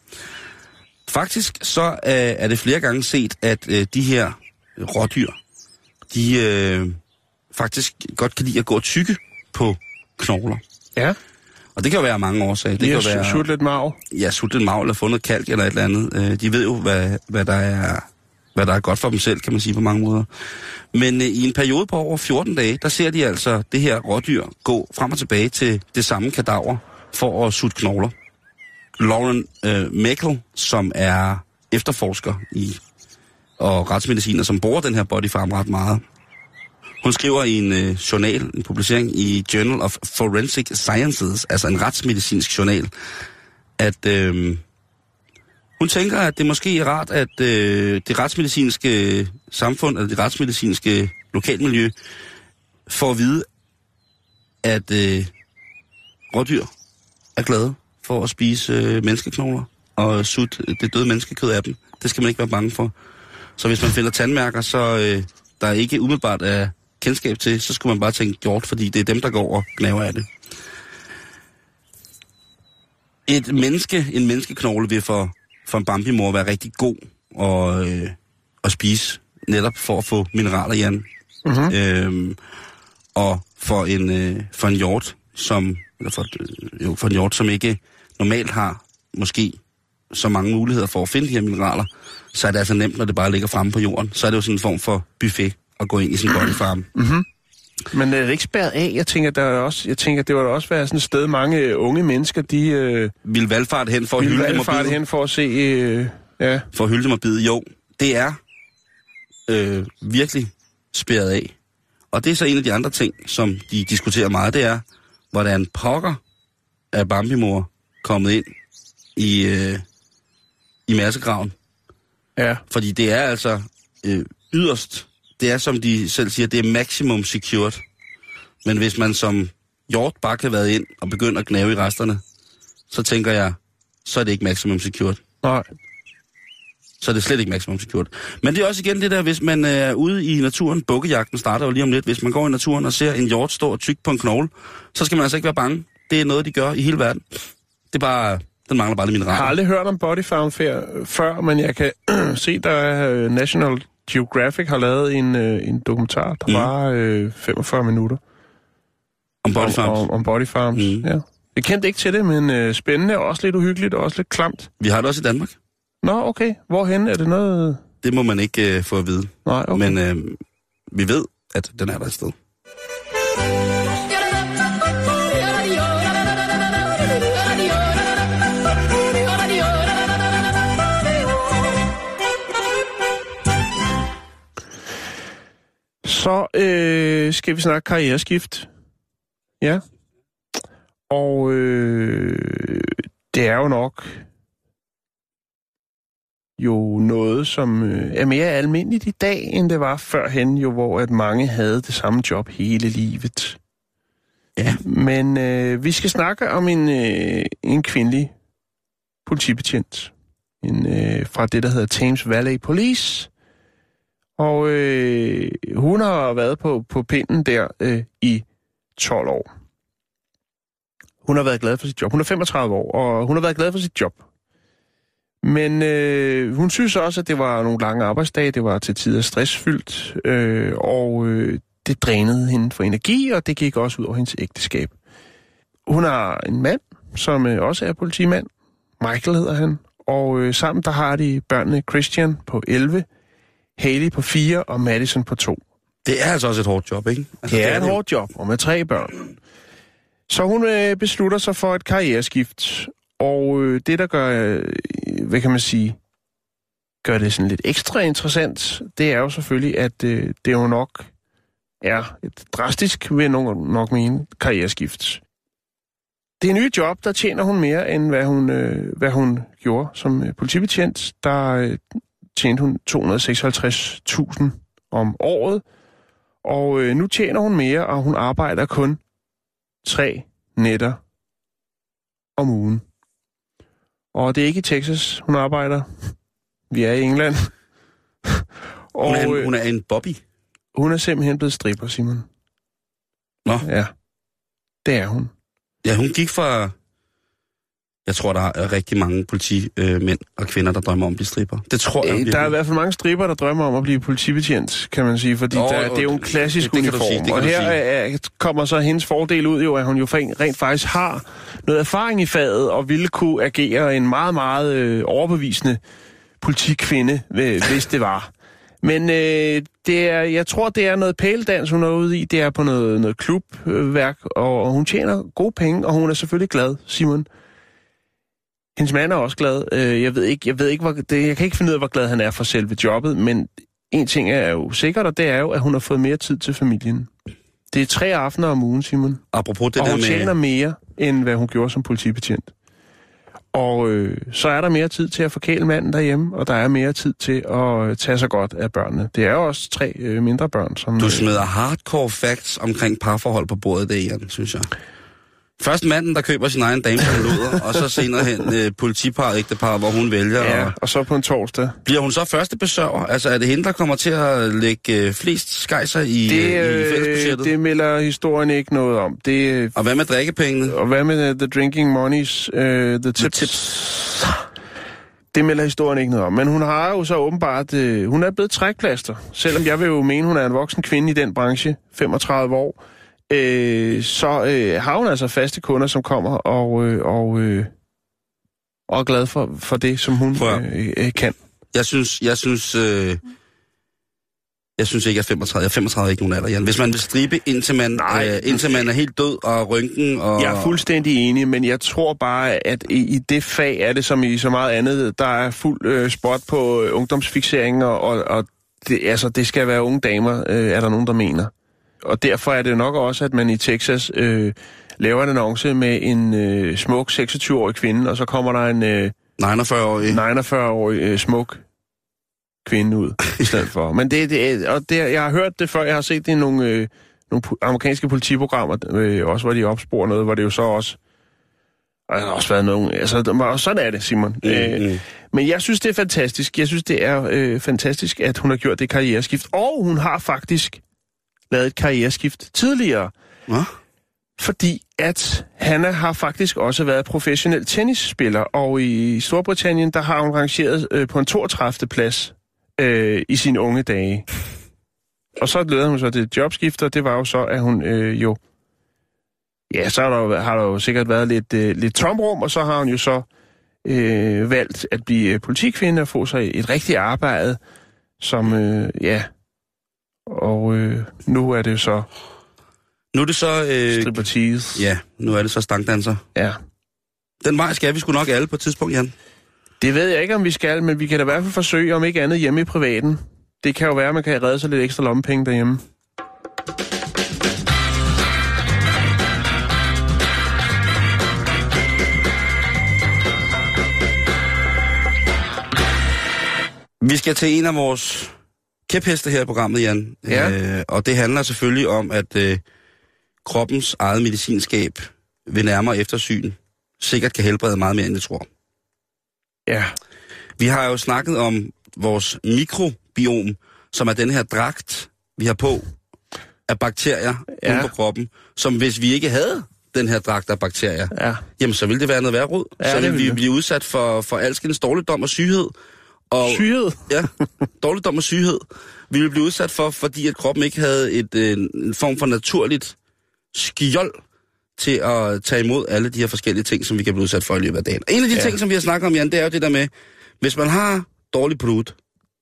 Faktisk så øh, er det flere gange set, at øh, de her rådyr, de øh, faktisk godt kan lide at gå og tykke på knogler. Ja. Og det kan jo være mange årsager. Det de kan har være sutte lidt marv. Ja, sutte lidt marv eller fundet kalk eller et eller andet. Øh, de ved jo, hvad, hvad der er hvad der er godt for dem selv, kan man sige på mange måder. Men øh, i en periode på over fjorten dage, der ser de altså det her rådyr gå frem og tilbage til det samme kadaver for at sutte knogler. Lauren øh, Meckel, som er efterforsker i og retsmediciner, som bruger den her bodyfarm ret meget. Hun skriver i en øh, journal, en publicering i Journal of Forensic Sciences, altså en retsmedicinsk journal, at øh, hun tænker, at det måske er rart, at øh, det retsmedicinske samfund, eller det retsmedicinske lokalmiljø, får at vide, at øh, rådyr er glade for at spise øh, menneskeknogler og sutte det døde menneskekød af dem. Det skal man ikke være bange for. Så hvis man finder tandmærker, så øh, der ikke umiddelbart er kendskab til, så skulle man bare tænke hjort, fordi det er dem, der går og gnaver af det. Et menneske, en menneskeknogle vil for, for en bambimor være rigtig god og, øh, at spise, netop for at få mineraler i den. Mm-hmm. Øhm, og for en, øh, for en hjort, som, eller for, øh, jo, for en hjort, som ikke normalt har måske så mange muligheder for at finde de her mineraler, så er det altså nemt, når det bare ligger fremme på jorden. Så er det jo sådan en form for buffet at gå ind i sin bodyfarm. Mm-hmm. Men er det ikke spærret af? Jeg tænker, der er også, jeg tænker, det var da også være sådan et sted, mange unge mennesker, de øh, vil valgfarte hen for at hylde dem og bide. hen for at se, øh, ja. For at hylde dem og bide. Jo, det er øh, virkelig spærret af. Og det er så en af de andre ting, som de diskuterer meget, det er, hvordan pokker er bambimor kommet ind i, øh, i massegraven. Ja. Fordi det er altså øh, yderst, det er som de selv siger, det er maximum secured. Men hvis man som hjort bare kan være ind og begynde at gnave i resterne, så tænker jeg, så er det ikke maximum secured. Nej. Så er det slet ikke maximum secured. Men det er også igen det der, hvis man er ude i naturen, bukkejagten starter jo lige om lidt, hvis man går i naturen og ser en hjort stå og tykke på en knogle, så skal man altså ikke være bange. Det er noget, de gør i hele verden. Det er bare, den mangler bare lidt mineraler. Jeg har aldrig hørt om bodyfarm før, men jeg kan se, der National Geographic har lavet en, en dokumentar, der mm. var øh, femogfyrre minutter. Om bodyfarms? Om, om bodyfarms, mm. ja. Jeg kendte ikke til det, men øh, spændende og også lidt uhyggeligt og også lidt klamt. Vi har det også i Danmark. Nå, okay. Hvorhen er det noget? Det må man ikke øh, få at vide. Nej, okay. Men øh, vi ved, at den er der et sted. Så øh, skal vi snakke karriereskift. Ja. Og øh, det er jo nok jo noget, som øh, er mere almindeligt i dag, end det var førhen, jo, hvor at mange havde det samme job hele livet. Ja. Men øh, vi skal snakke om en, øh, en kvindelig politibetjent en, øh, fra det, der hedder Thames Valley Police. Og øh, hun har været på, på pinden der øh, i tolv år. Hun har været glad for sit job. Hun er femogtredive år, og hun har været glad for sit job. Men øh, hun synes også, at det var nogle lange arbejdsdage, det var til tider stressfyldt, øh, og øh, det drænede hende for energi, og det gik også ud over hendes ægteskab. Hun har en mand, som øh, også er politimand. Michael hedder han. Og øh, sammen der har de børnene Christian på elleve, Haley på fire og Madison på to. Det er altså også et hårdt job, ikke? Altså, det er et hårdt job, og med tre børn. Så hun øh, beslutter sig for et karriereskift, og øh, det, der gør, øh, hvad kan man sige, gør det sådan lidt ekstra interessant, det er jo selvfølgelig, at øh, det jo nok er et drastisk, vil nogen nok mene, karriereskift. Det er nye job, der tjener hun mere, end hvad hun, øh, hvad hun gjorde som øh, politibetjent. Der øh, tjente hun to hundrede og seksoghalvtreds tusind om året, og øh, nu tjener hun mere, og hun arbejder kun tre nætter om ugen. Og det er ikke i Texas, hun arbejder. Vi er i England. og, hun, er en, hun er en Bobby? Hun er simpelthen blevet stripper, Simon. Nå? Ja, det er hun. Ja, hun gik fra... Jeg tror, der er rigtig mange politimænd og kvinder, der drømmer om at blive stripper. Det tror jeg. Der er i hvert fald mange stripper, der drømmer om at blive politibetjent, kan man sige, fordi oh, der, det er jo en klassisk det, det uniform. Sige, og her er, kommer så hendes fordel ud, jo, at hun jo rent faktisk har noget erfaring i faget, og ville kunne agere en meget, meget øh, overbevisende politikvinde, hvis det var. Men øh, det er, jeg tror, det er noget pæledans, hun er ude i. Det er på noget, noget klubværk, og hun tjener gode penge, og hun er selvfølgelig glad, Simon. Hendes mand er også glad. Øh, jeg ved ikke, jeg ved ikke hvor, det, jeg kan ikke finde ud af, hvor glad han er for selve jobbet, men en ting er jo sikkert, og det er jo, at hun har fået mere tid til familien. Det er tre aftener om ugen, Simon. Apropos det og der hun med... tjener mere, end hvad hun gjorde som politibetjent. Og øh, så er der mere tid til at forkæle manden derhjemme, og der er mere tid til at øh, tage sig godt af børnene. Det er jo også tre øh, mindre børn, som... Du smider hardcore facts omkring parforhold på bordet i det, Jan, synes jeg. Først manden, der køber sin egen dame som luder, og så senere hen øh, politipar, ægtepar, hvor hun vælger. Ja, og, og så på en torsdag. Bliver hun så første besøger? Altså er det hende, der kommer til at lægge øh, flest skejser i, det, øh, i fællesbudgettet? Det melder historien ikke noget om. Det, øh, og hvad med drikkepengene? Og hvad med uh, the drinking monies, uh, the tips? The tips. Det melder historien ikke noget om. Men hun har jo så åbenbart... Øh, hun er blevet trækplaster. Selvom jeg vil jo mene, hun er en voksen kvinde i den branche, femogtredive år. Øh, så øh, har hun altså faste kunder, som kommer og, øh, og, øh, og er glad for, for det, som hun øh, øh, kan. Jeg synes, jeg synes, øh, jeg synes ikke, at femogtredive, jeg er femogtredive ikke nogen alder, Jan. Hvis man vil stribe, indtil man, øh, indtil man er helt død og rynken og... Jeg er fuldstændig enig, men jeg tror bare, at i, i det fag er det som i så meget andet, der er fuld øh, spot på øh, ungdomsfikseringer, og, og det, altså, det skal være unge damer, øh, er der nogen, der mener. Og derfor er det nok også, at man i Texas øh, laver en annonce med en øh, smuk seksogtyve-årig kvinde, og så kommer der en øh, niogfyrre-årig niogfyrre-årig øh, smuk kvinde ud i stedet for. Men det, det, og det, jeg har hørt det før, jeg har set det i nogle, øh, nogle amerikanske politiprogrammer, øh, også hvor de opsporer noget, hvor det jo så også... Og der har også været nogen... Altså, og sådan er det, Simon. Mm, øh, mm. Men jeg synes, det er fantastisk. Jeg synes, det er øh, fantastisk, at hun har gjort det karriereskift. Og hun har faktisk lavet et karriereskift tidligere. Hvad? Fordi at Hanna har faktisk også været professionel tennisspiller, og i Storbritannien, der har hun rangeret øh, på en toogtredivte plads øh, i sine unge dage. Og så lavede hun så det jobskift, og det var jo så, at hun øh, jo... Ja, så har der, har der jo sikkert været lidt, øh, lidt tomrum, og så har hun jo så øh, valgt at blive politikvinde og få sig et rigtigt arbejde, som, øh, ja... Og øh, nu er det så... Nu er det så... Øh, striptease. Ja, nu er det så stangdanser. Ja. Den vej skal vi sgu nok alle på et tidspunkt, Jan. Det ved jeg ikke, om vi skal, men vi kan da i hvert fald forsøge, om ikke andet hjemme i privaten. Det kan jo være, at man kan redde sig lidt ekstra lommepenge derhjemme. Vi skal til en af vores kæpheste her i programmet, Jan. Ja. Øh, og det handler selvfølgelig om, at øh, kroppens eget medicinskab ved nærmere eftersyn sikkert kan helbrede meget mere, end jeg tror. Ja. Vi har jo snakket om vores mikrobiom, som er den her dragt, vi har på af bakterier ja. ude på kroppen, som hvis vi ikke havde den her dragt af bakterier, ja. jamen så ville det være noget værre rod. Ja, så ville vi blive udsat for, for alskens dårligdom og syghed. Og, syghed? Ja, dårligdom og syghed. Vi ville blive udsat for, fordi at kroppen ikke havde et, en, en form for naturligt skjold til at tage imod alle de her forskellige ting, som vi kan blive udsat for i løbet af dagen. En af de ja. ting, som vi har snakket om, Jan, det er jo det der med, hvis man har dårlig prut,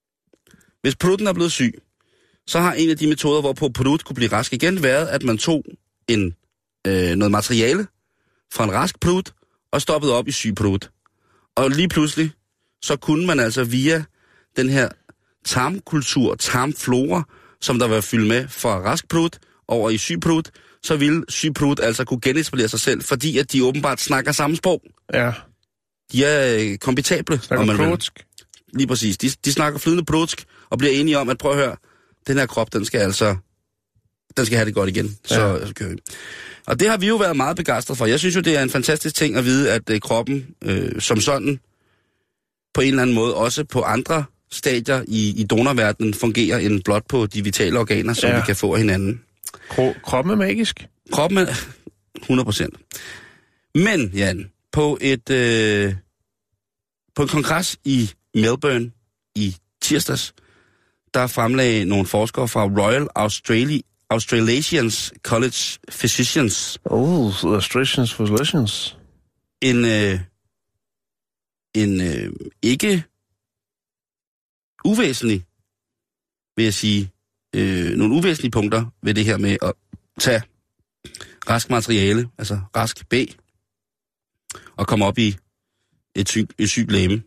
hvis pruten er blevet syg, så har en af de metoder, hvorpå prut kunne blive rask igen, været, at man tog en, øh, noget materiale fra en rask prut og stoppede op i syg prut. Og lige pludselig, så kunne man altså via den her tarmkultur, tarmflora, som der var fyldt med fra rask prut over i syg prut, så ville syg prut altså kunne genetablere sig selv, fordi at de åbenbart snakker samme sprog. Ja. De er øh, kompetable. Snakker prutsk. Lige præcis. De, de snakker flydende prutsk og bliver enige om, at prøv at høre, den her krop, den skal altså, den skal have det godt igen. Så, ja. så kører vi. Og det har vi jo været meget begejstret for. Jeg synes jo, det er en fantastisk ting at vide, at øh, kroppen øh, som sådan, på en eller anden måde, også på andre stadier i, i donorverdenen, fungerer end blot på de vitale organer, som ja. vi kan få af hinanden. Kro- kroppen er magisk. Kroppen er hundrede procent. Men, Jan, på et øh, på en kongres i Melbourne i tirsdags, der fremlagde nogle forskere fra Royal Australia, Australasians College Physicians. Oh, Australians Physicians. En, øh, en øh, ikke uvæsentlig vil jeg sige, øh, nogle uvæsentlige punkter ved det her med at tage rask materiale, altså rask B, og komme op i et sygt, et sygt legeme.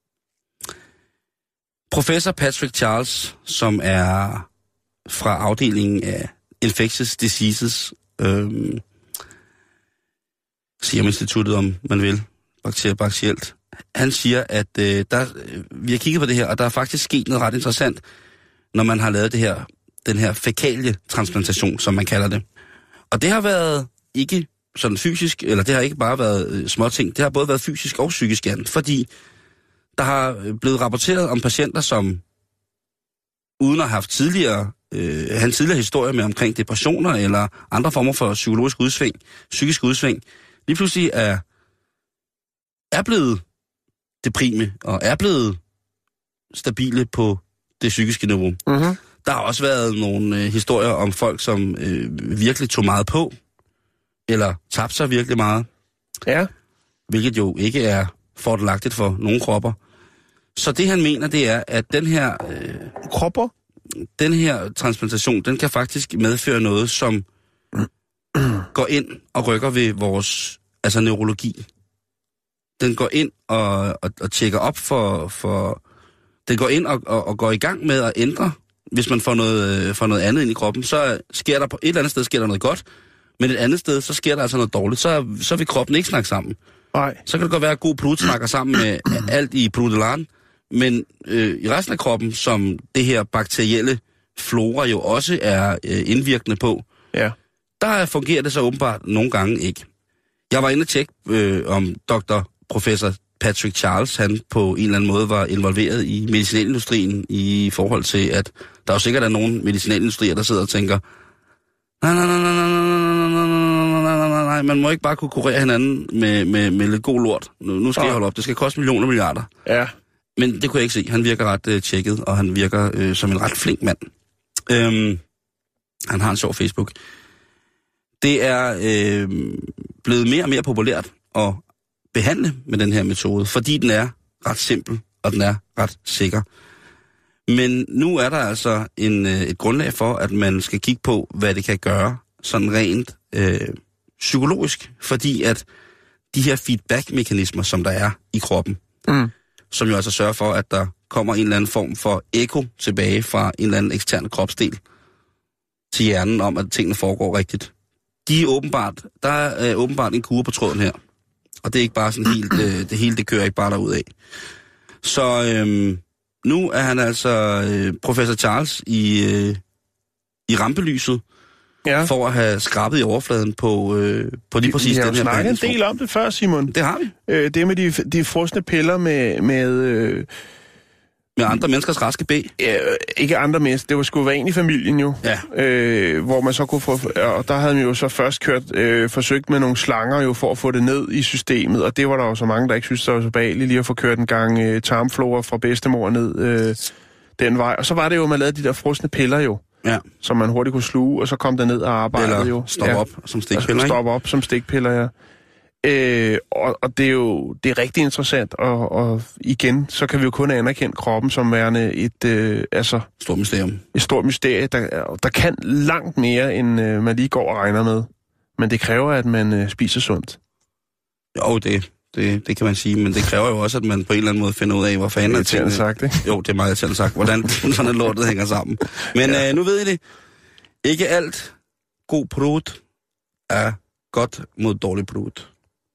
Professor Patrick Charles, som er fra afdelingen af Infectious Diseases, øh, Serum Instituttet, om man vil, bakterielt, bakterielt. Han siger, at øh, der, vi har kigget på det her, og der er faktisk sket noget ret interessant, når man har lavet det her, den her fækalietransplantation, som man kalder det. Og det har været ikke sådan fysisk, eller det har ikke bare været øh, småting, det har både været fysisk og psykisk, Jan, fordi der har blevet rapporteret om patienter, som uden at have haft tidligere, øh, have en tidligere historie med omkring depressioner eller andre former for psykologisk udsving, psykisk udsving, lige pludselig er, er blevet deprime og er blevet stabile på det psykiske niveau. Mm-hmm. Der har også været nogle øh, historier om folk, som øh, virkelig tog meget på, eller tabte sig virkelig meget. Ja. Hvilket jo ikke er fordelagtigt for nogle kropper. Så det han mener, det er, at den her øh, kropper, den her transplantation, den kan faktisk medføre noget, som går ind og rykker ved vores, altså neurologi. Den går ind og, og, og tjekker op for, for den går ind og, og, og går i gang med at ændre, hvis man får noget, får noget andet ind i kroppen, så sker der på et eller andet sted sker der noget godt, men et andet sted, så sker der altså noget dårligt, så, så vil kroppen ikke snakke sammen. Nej. Så kan det godt være, at god blod snakker sammen med alt i brudelan, men øh, i resten af kroppen, som det her bakterielle flora jo også er øh, indvirkende på, ja. Der fungerer det så åbenbart nogle gange ikke. Jeg var inde og tjekke, øh, om doktor professor Patrick Charles, han på en eller anden måde var involveret i medicinalindustrien i forhold til, at der jo sikkert er nogle medicinalindustrier, der sidder og tænker, nej, nej, nej, nej, nej, nej, nej, nej, nej, nej, man må ikke bare kunne kurere hinanden med, med, med lidt god lort. Nu, nu skal jeg holde op. Det skal koste millioner milliarder. Ja. Men det kunne jeg ikke se. Han virker ret øh, tjekket, og han virker øh, som en ret flink mand. Øhm, han har en sjov Facebook. Det er øh, blevet mere og mere populært at behandle med den her metode, fordi den er ret simpel, og den er ret sikker. Men nu er der altså en, øh, et grundlag for, at man skal kigge på, hvad det kan gøre, sådan rent øh, psykologisk, fordi at de her feedback-mekanismer, som der er i kroppen, mm. som jo altså sørger for, at der kommer en eller anden form for ekko tilbage fra en eller anden ekstern kropsdel til hjernen om, at tingene foregår rigtigt. De er åbenbart, der er øh, åbenbart en kurve på tråden her. Og det er ikke bare sådan helt, øh, det hele det kører ikke bare derudad. Så øh, nu er han altså øh, professor Charles i, øh, i rampelyset, ja. For at have skrabet i overfladen på, øh, på lige præcis den her behandlingsform. Vi har snakket en del om det før, Simon. Det har vi. Øh, det med de, de frosne piller med... med øh, med andre menneskers raske ben? Ja, ikke andre mennesker. Det var sgu være en i familien jo. Ja. Øh, hvor man så kunne få... Og der havde man jo så først kørt, øh, forsøgt med nogle slanger jo for at få det ned i systemet. Og det var der jo så mange, der ikke synes, der var så behageligt lige at få kørt en gang øh, tarmflora fra bedstemor ned øh, den vej. Og så var det jo, man lavede de der frosne piller jo. Ja. Som man hurtigt kunne sluge, og så kom der ned og arbejdede Eller jo. stoppe ja. op som stikpiller, ikke? Stoppe op som stikpiller, ja. Øh, og, og det er jo det er rigtig interessant, og, og igen, så kan vi jo kun anerkende kroppen som værende et, øh, altså... Stort mysterium. Et stort mysterie, der, der kan langt mere, end øh, man lige går og regner med. Men det kræver, at man øh, spiser sundt. Jo, det, det, det kan man sige, men det kræver jo også, at man på en eller anden måde finder ud af, hvor fanden er tingene... sagt, ikke? Jo, det er meget irriterende sagt, hvordan sådan en lortet hænger sammen. Men ja. øh, nu ved I det. Ikke alt god produkt er godt mod dårlig produkt.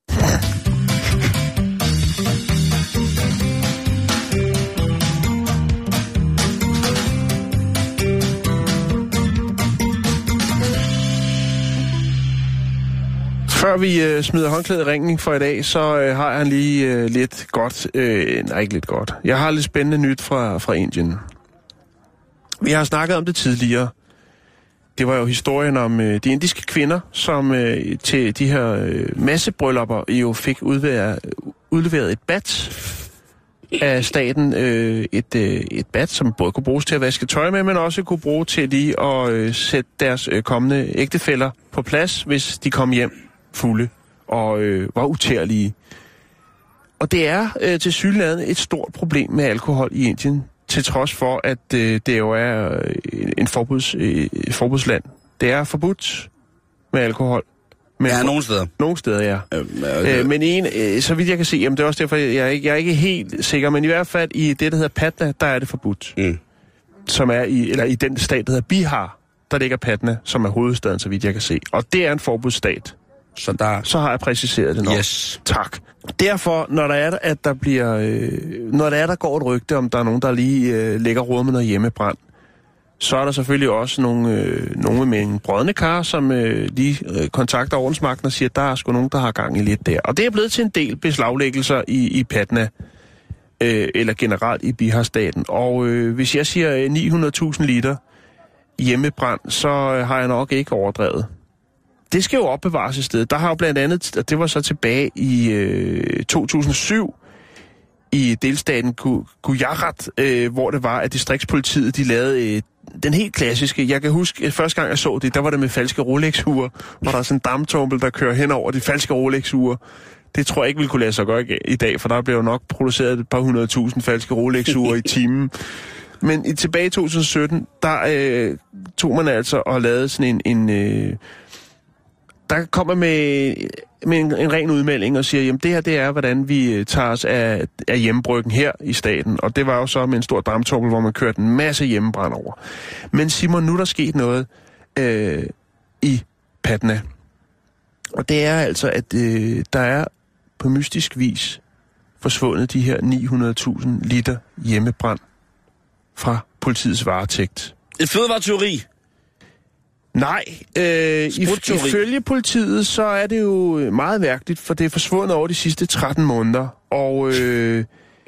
Før vi øh, smider håndklædet i ringen for i dag, så øh, har jeg lige øh, lidt godt... Øh, nej, ikke lidt godt. Jeg har lidt spændende nyt fra, fra Indien. Vi har snakket om det tidligere. Det var jo historien om øh, de indiske kvinder, som øh, til de her øh, massebryllupper jo fik udleveret, udleveret et bat af staten. Øh, et, øh, et bat, som både kunne bruges til at vaske tøj med, men også kunne bruge til lige at øh, sætte deres øh, kommende ægtefæller på plads, hvis de kom hjem fulde og øh, var utærlige. Og det er øh, til synligheden et stort problem med alkohol i Indien. til trods for, at øh, det jo er øh, en forbuds, øh, forbudsland. Det er forbudt med alkohol. Men ja, for, nogle steder. Nogle steder, ja. Øhm, øh, øh, men en, øh, så vidt jeg kan se, jamen det er også derfor, jeg er, ikke, jeg er ikke helt sikker, men i hvert fald i det, der hedder Patna, der er det forbudt. Mm. Som er i, eller i den stat, der hedder Bihar, der ligger Patna, som er hovedstaden, så vidt jeg kan se. Og det er en forbudsstat. Så, der... så har jeg præciseret det nok. Yes. Tak. Derfor, når der er, at der bliver, øh, når der er, der går et rygte, om der er nogen, der lige øh, lægger råd med noget hjemmebrand, så er der selvfølgelig også nogle, øh, nogle med en brødne kar, som øh, lige øh, kontakter ordensmagten og siger, at der er sgu nogen, der har gang i lidt der. Og det er blevet til en del beslaglæggelser i, i Patna, øh, eller generelt i Bihar-staten. Og øh, hvis jeg siger ni hundrede tusind liter hjemmebrand, så øh, har jeg nok ikke overdrevet. Det skal jo opbevares i stedet. Der har jo blandt andet, og det var så tilbage i øh, to tusind og syv, i delstaten Gujarat, øh, hvor det var, at distriktspolitiet, de lavede øh, den helt klassiske. Jeg kan huske, første gang jeg så det, der var det med falske Rolex-ure, hvor der er sådan en damptumpel, der kører hen over de falske Rolex-ure. Det tror jeg ikke ville kunne lade sig gøre i dag, for der blev jo nok produceret et par hundrede tusind falske Rolex-ure i timen. Men i, tilbage i to tusind og sytten, der øh, tog man altså og lavede sådan en... en øh, der kommer med, med en, en ren udmelding og siger, jamen det her, det er, hvordan vi tager os af, af hjemmebryggen her i staten. Og det var jo så med en stor damptumpel, hvor man kørte en masse hjemmebrand over. Men Simon, nu er der sket noget øh, i Patna. Og det er altså, at øh, der er på mystisk vis forsvundet de her ni hundrede tusind liter hjemmebrand fra politiets varetægt. Et fødevaretyveri? Nej, øh, if, ifølge politiet, så er det jo meget mærkeligt, for det er forsvundet over de sidste tretten måneder. Og øh,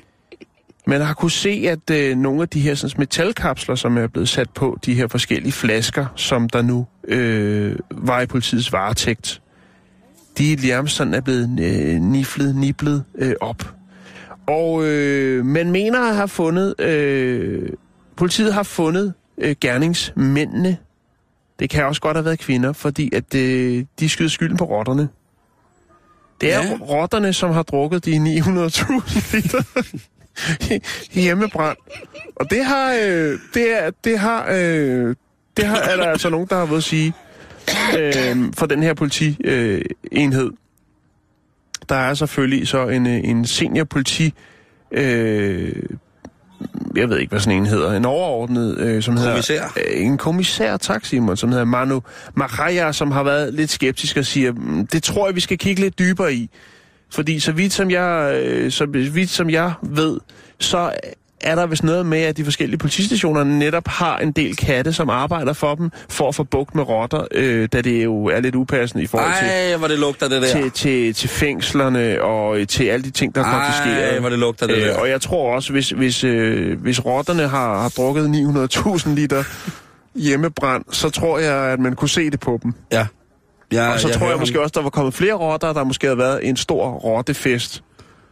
man har kunne se, at øh, nogle af de her sådan, metalkapsler, som er blevet sat på, de her forskellige flasker, som der nu øh, var i politiets varetægt, de nærmest sådan er blevet øh, niflet, niblet øh, op. Og øh, man mener at have fundet, øh, politiet har fundet øh, gerningsmændene. Det kan også godt have været kvinder, fordi at øh, de skyder skylden på rotterne. Det er ja. rotterne, som har drukket de ni hundrede tusind liter i hjemmebrand. Og det har, øh, det er, det har, øh, det har, er der altså nogen, der har ved at sige øh, for den her politienhed. Øh, der er selvfølgelig så en, en senior politi øh, jeg ved ikke, hvad sådan en hedder, en overordnet, øh, som kommissær. hedder... Øh, en kommissær, tak Simon, som hedder Manu Maharya, som har været lidt skeptisk og siger, det tror jeg, vi skal kigge lidt dybere i. Fordi så vidt som jeg, øh, så vidt som jeg ved, så er der vist noget med, at de forskellige politistationer netop har en del katte, som arbejder for dem, for at få bugt med rotter, øh, da det jo er lidt upassende i forhold til... Ej, hvor det lugter det der. Til, til, til fængslerne og til alle de ting, der er konfiskeret. Ej, hvor det lugter det øh, der. Og jeg tror også, hvis, hvis, øh, hvis rotterne har, har drukket ni hundrede tusind liter hjemmebrand, så tror jeg, at man kunne se det på dem. Ja. ja og så jeg tror jeg ham. måske også, der var kommet flere rotter, der måske havde været en stor rottefest.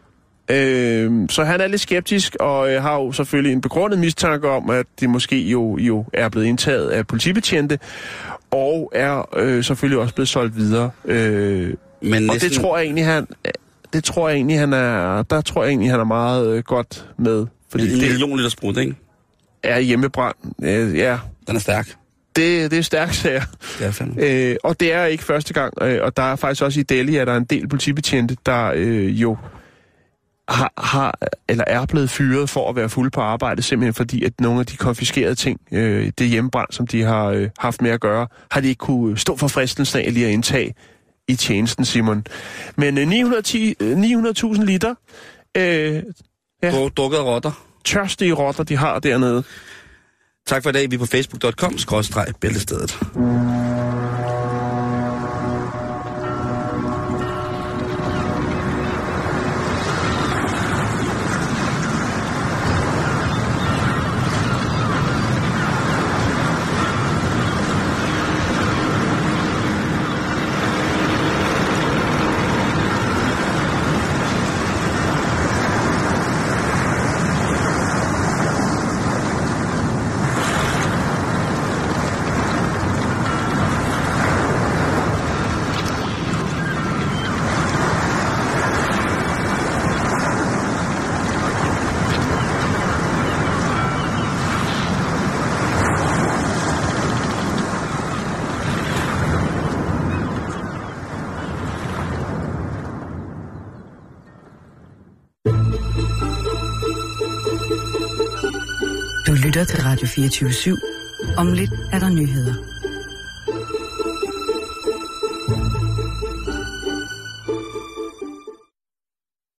Øh, så han er lidt skeptisk, og øh, har jo selvfølgelig en begrundet mistanke om, at det måske jo, jo er blevet indtaget af politibetjente, og er øh, selvfølgelig også blevet solgt videre. Øh, Men næsten... Og det tror jeg egentlig, han, det tror jeg egentlig, han er, der tror jeg egentlig, han er meget øh, godt med. Fordi en million liter sprut, ikke? Er hjemmebrand, øh, ja. Den er stærk. Det, det er stærkt, sager. Ja, øh, og det er ikke første gang, øh, og der er faktisk også i Delhi, at der er en del politibetjente, der øh, jo har, har eller er blevet fyret for at være fulde på arbejde, simpelthen fordi, at nogle af de konfiskerede ting, øh, det hjemmebrand, som de har øh, haft med at gøre, har de ikke kunne stå for fristelsen af lige at indtage i tjenesten, Simon. Men øh, ni hundrede tusind liter øh, ja, drukket rotter. Tørstige rotter, de har dernede. Tak for i dag. Vi er på facebook punktum com skråstreg bæltestedet. Du lytter til Radio fireogtyve syv. Om lidt er der nyheder.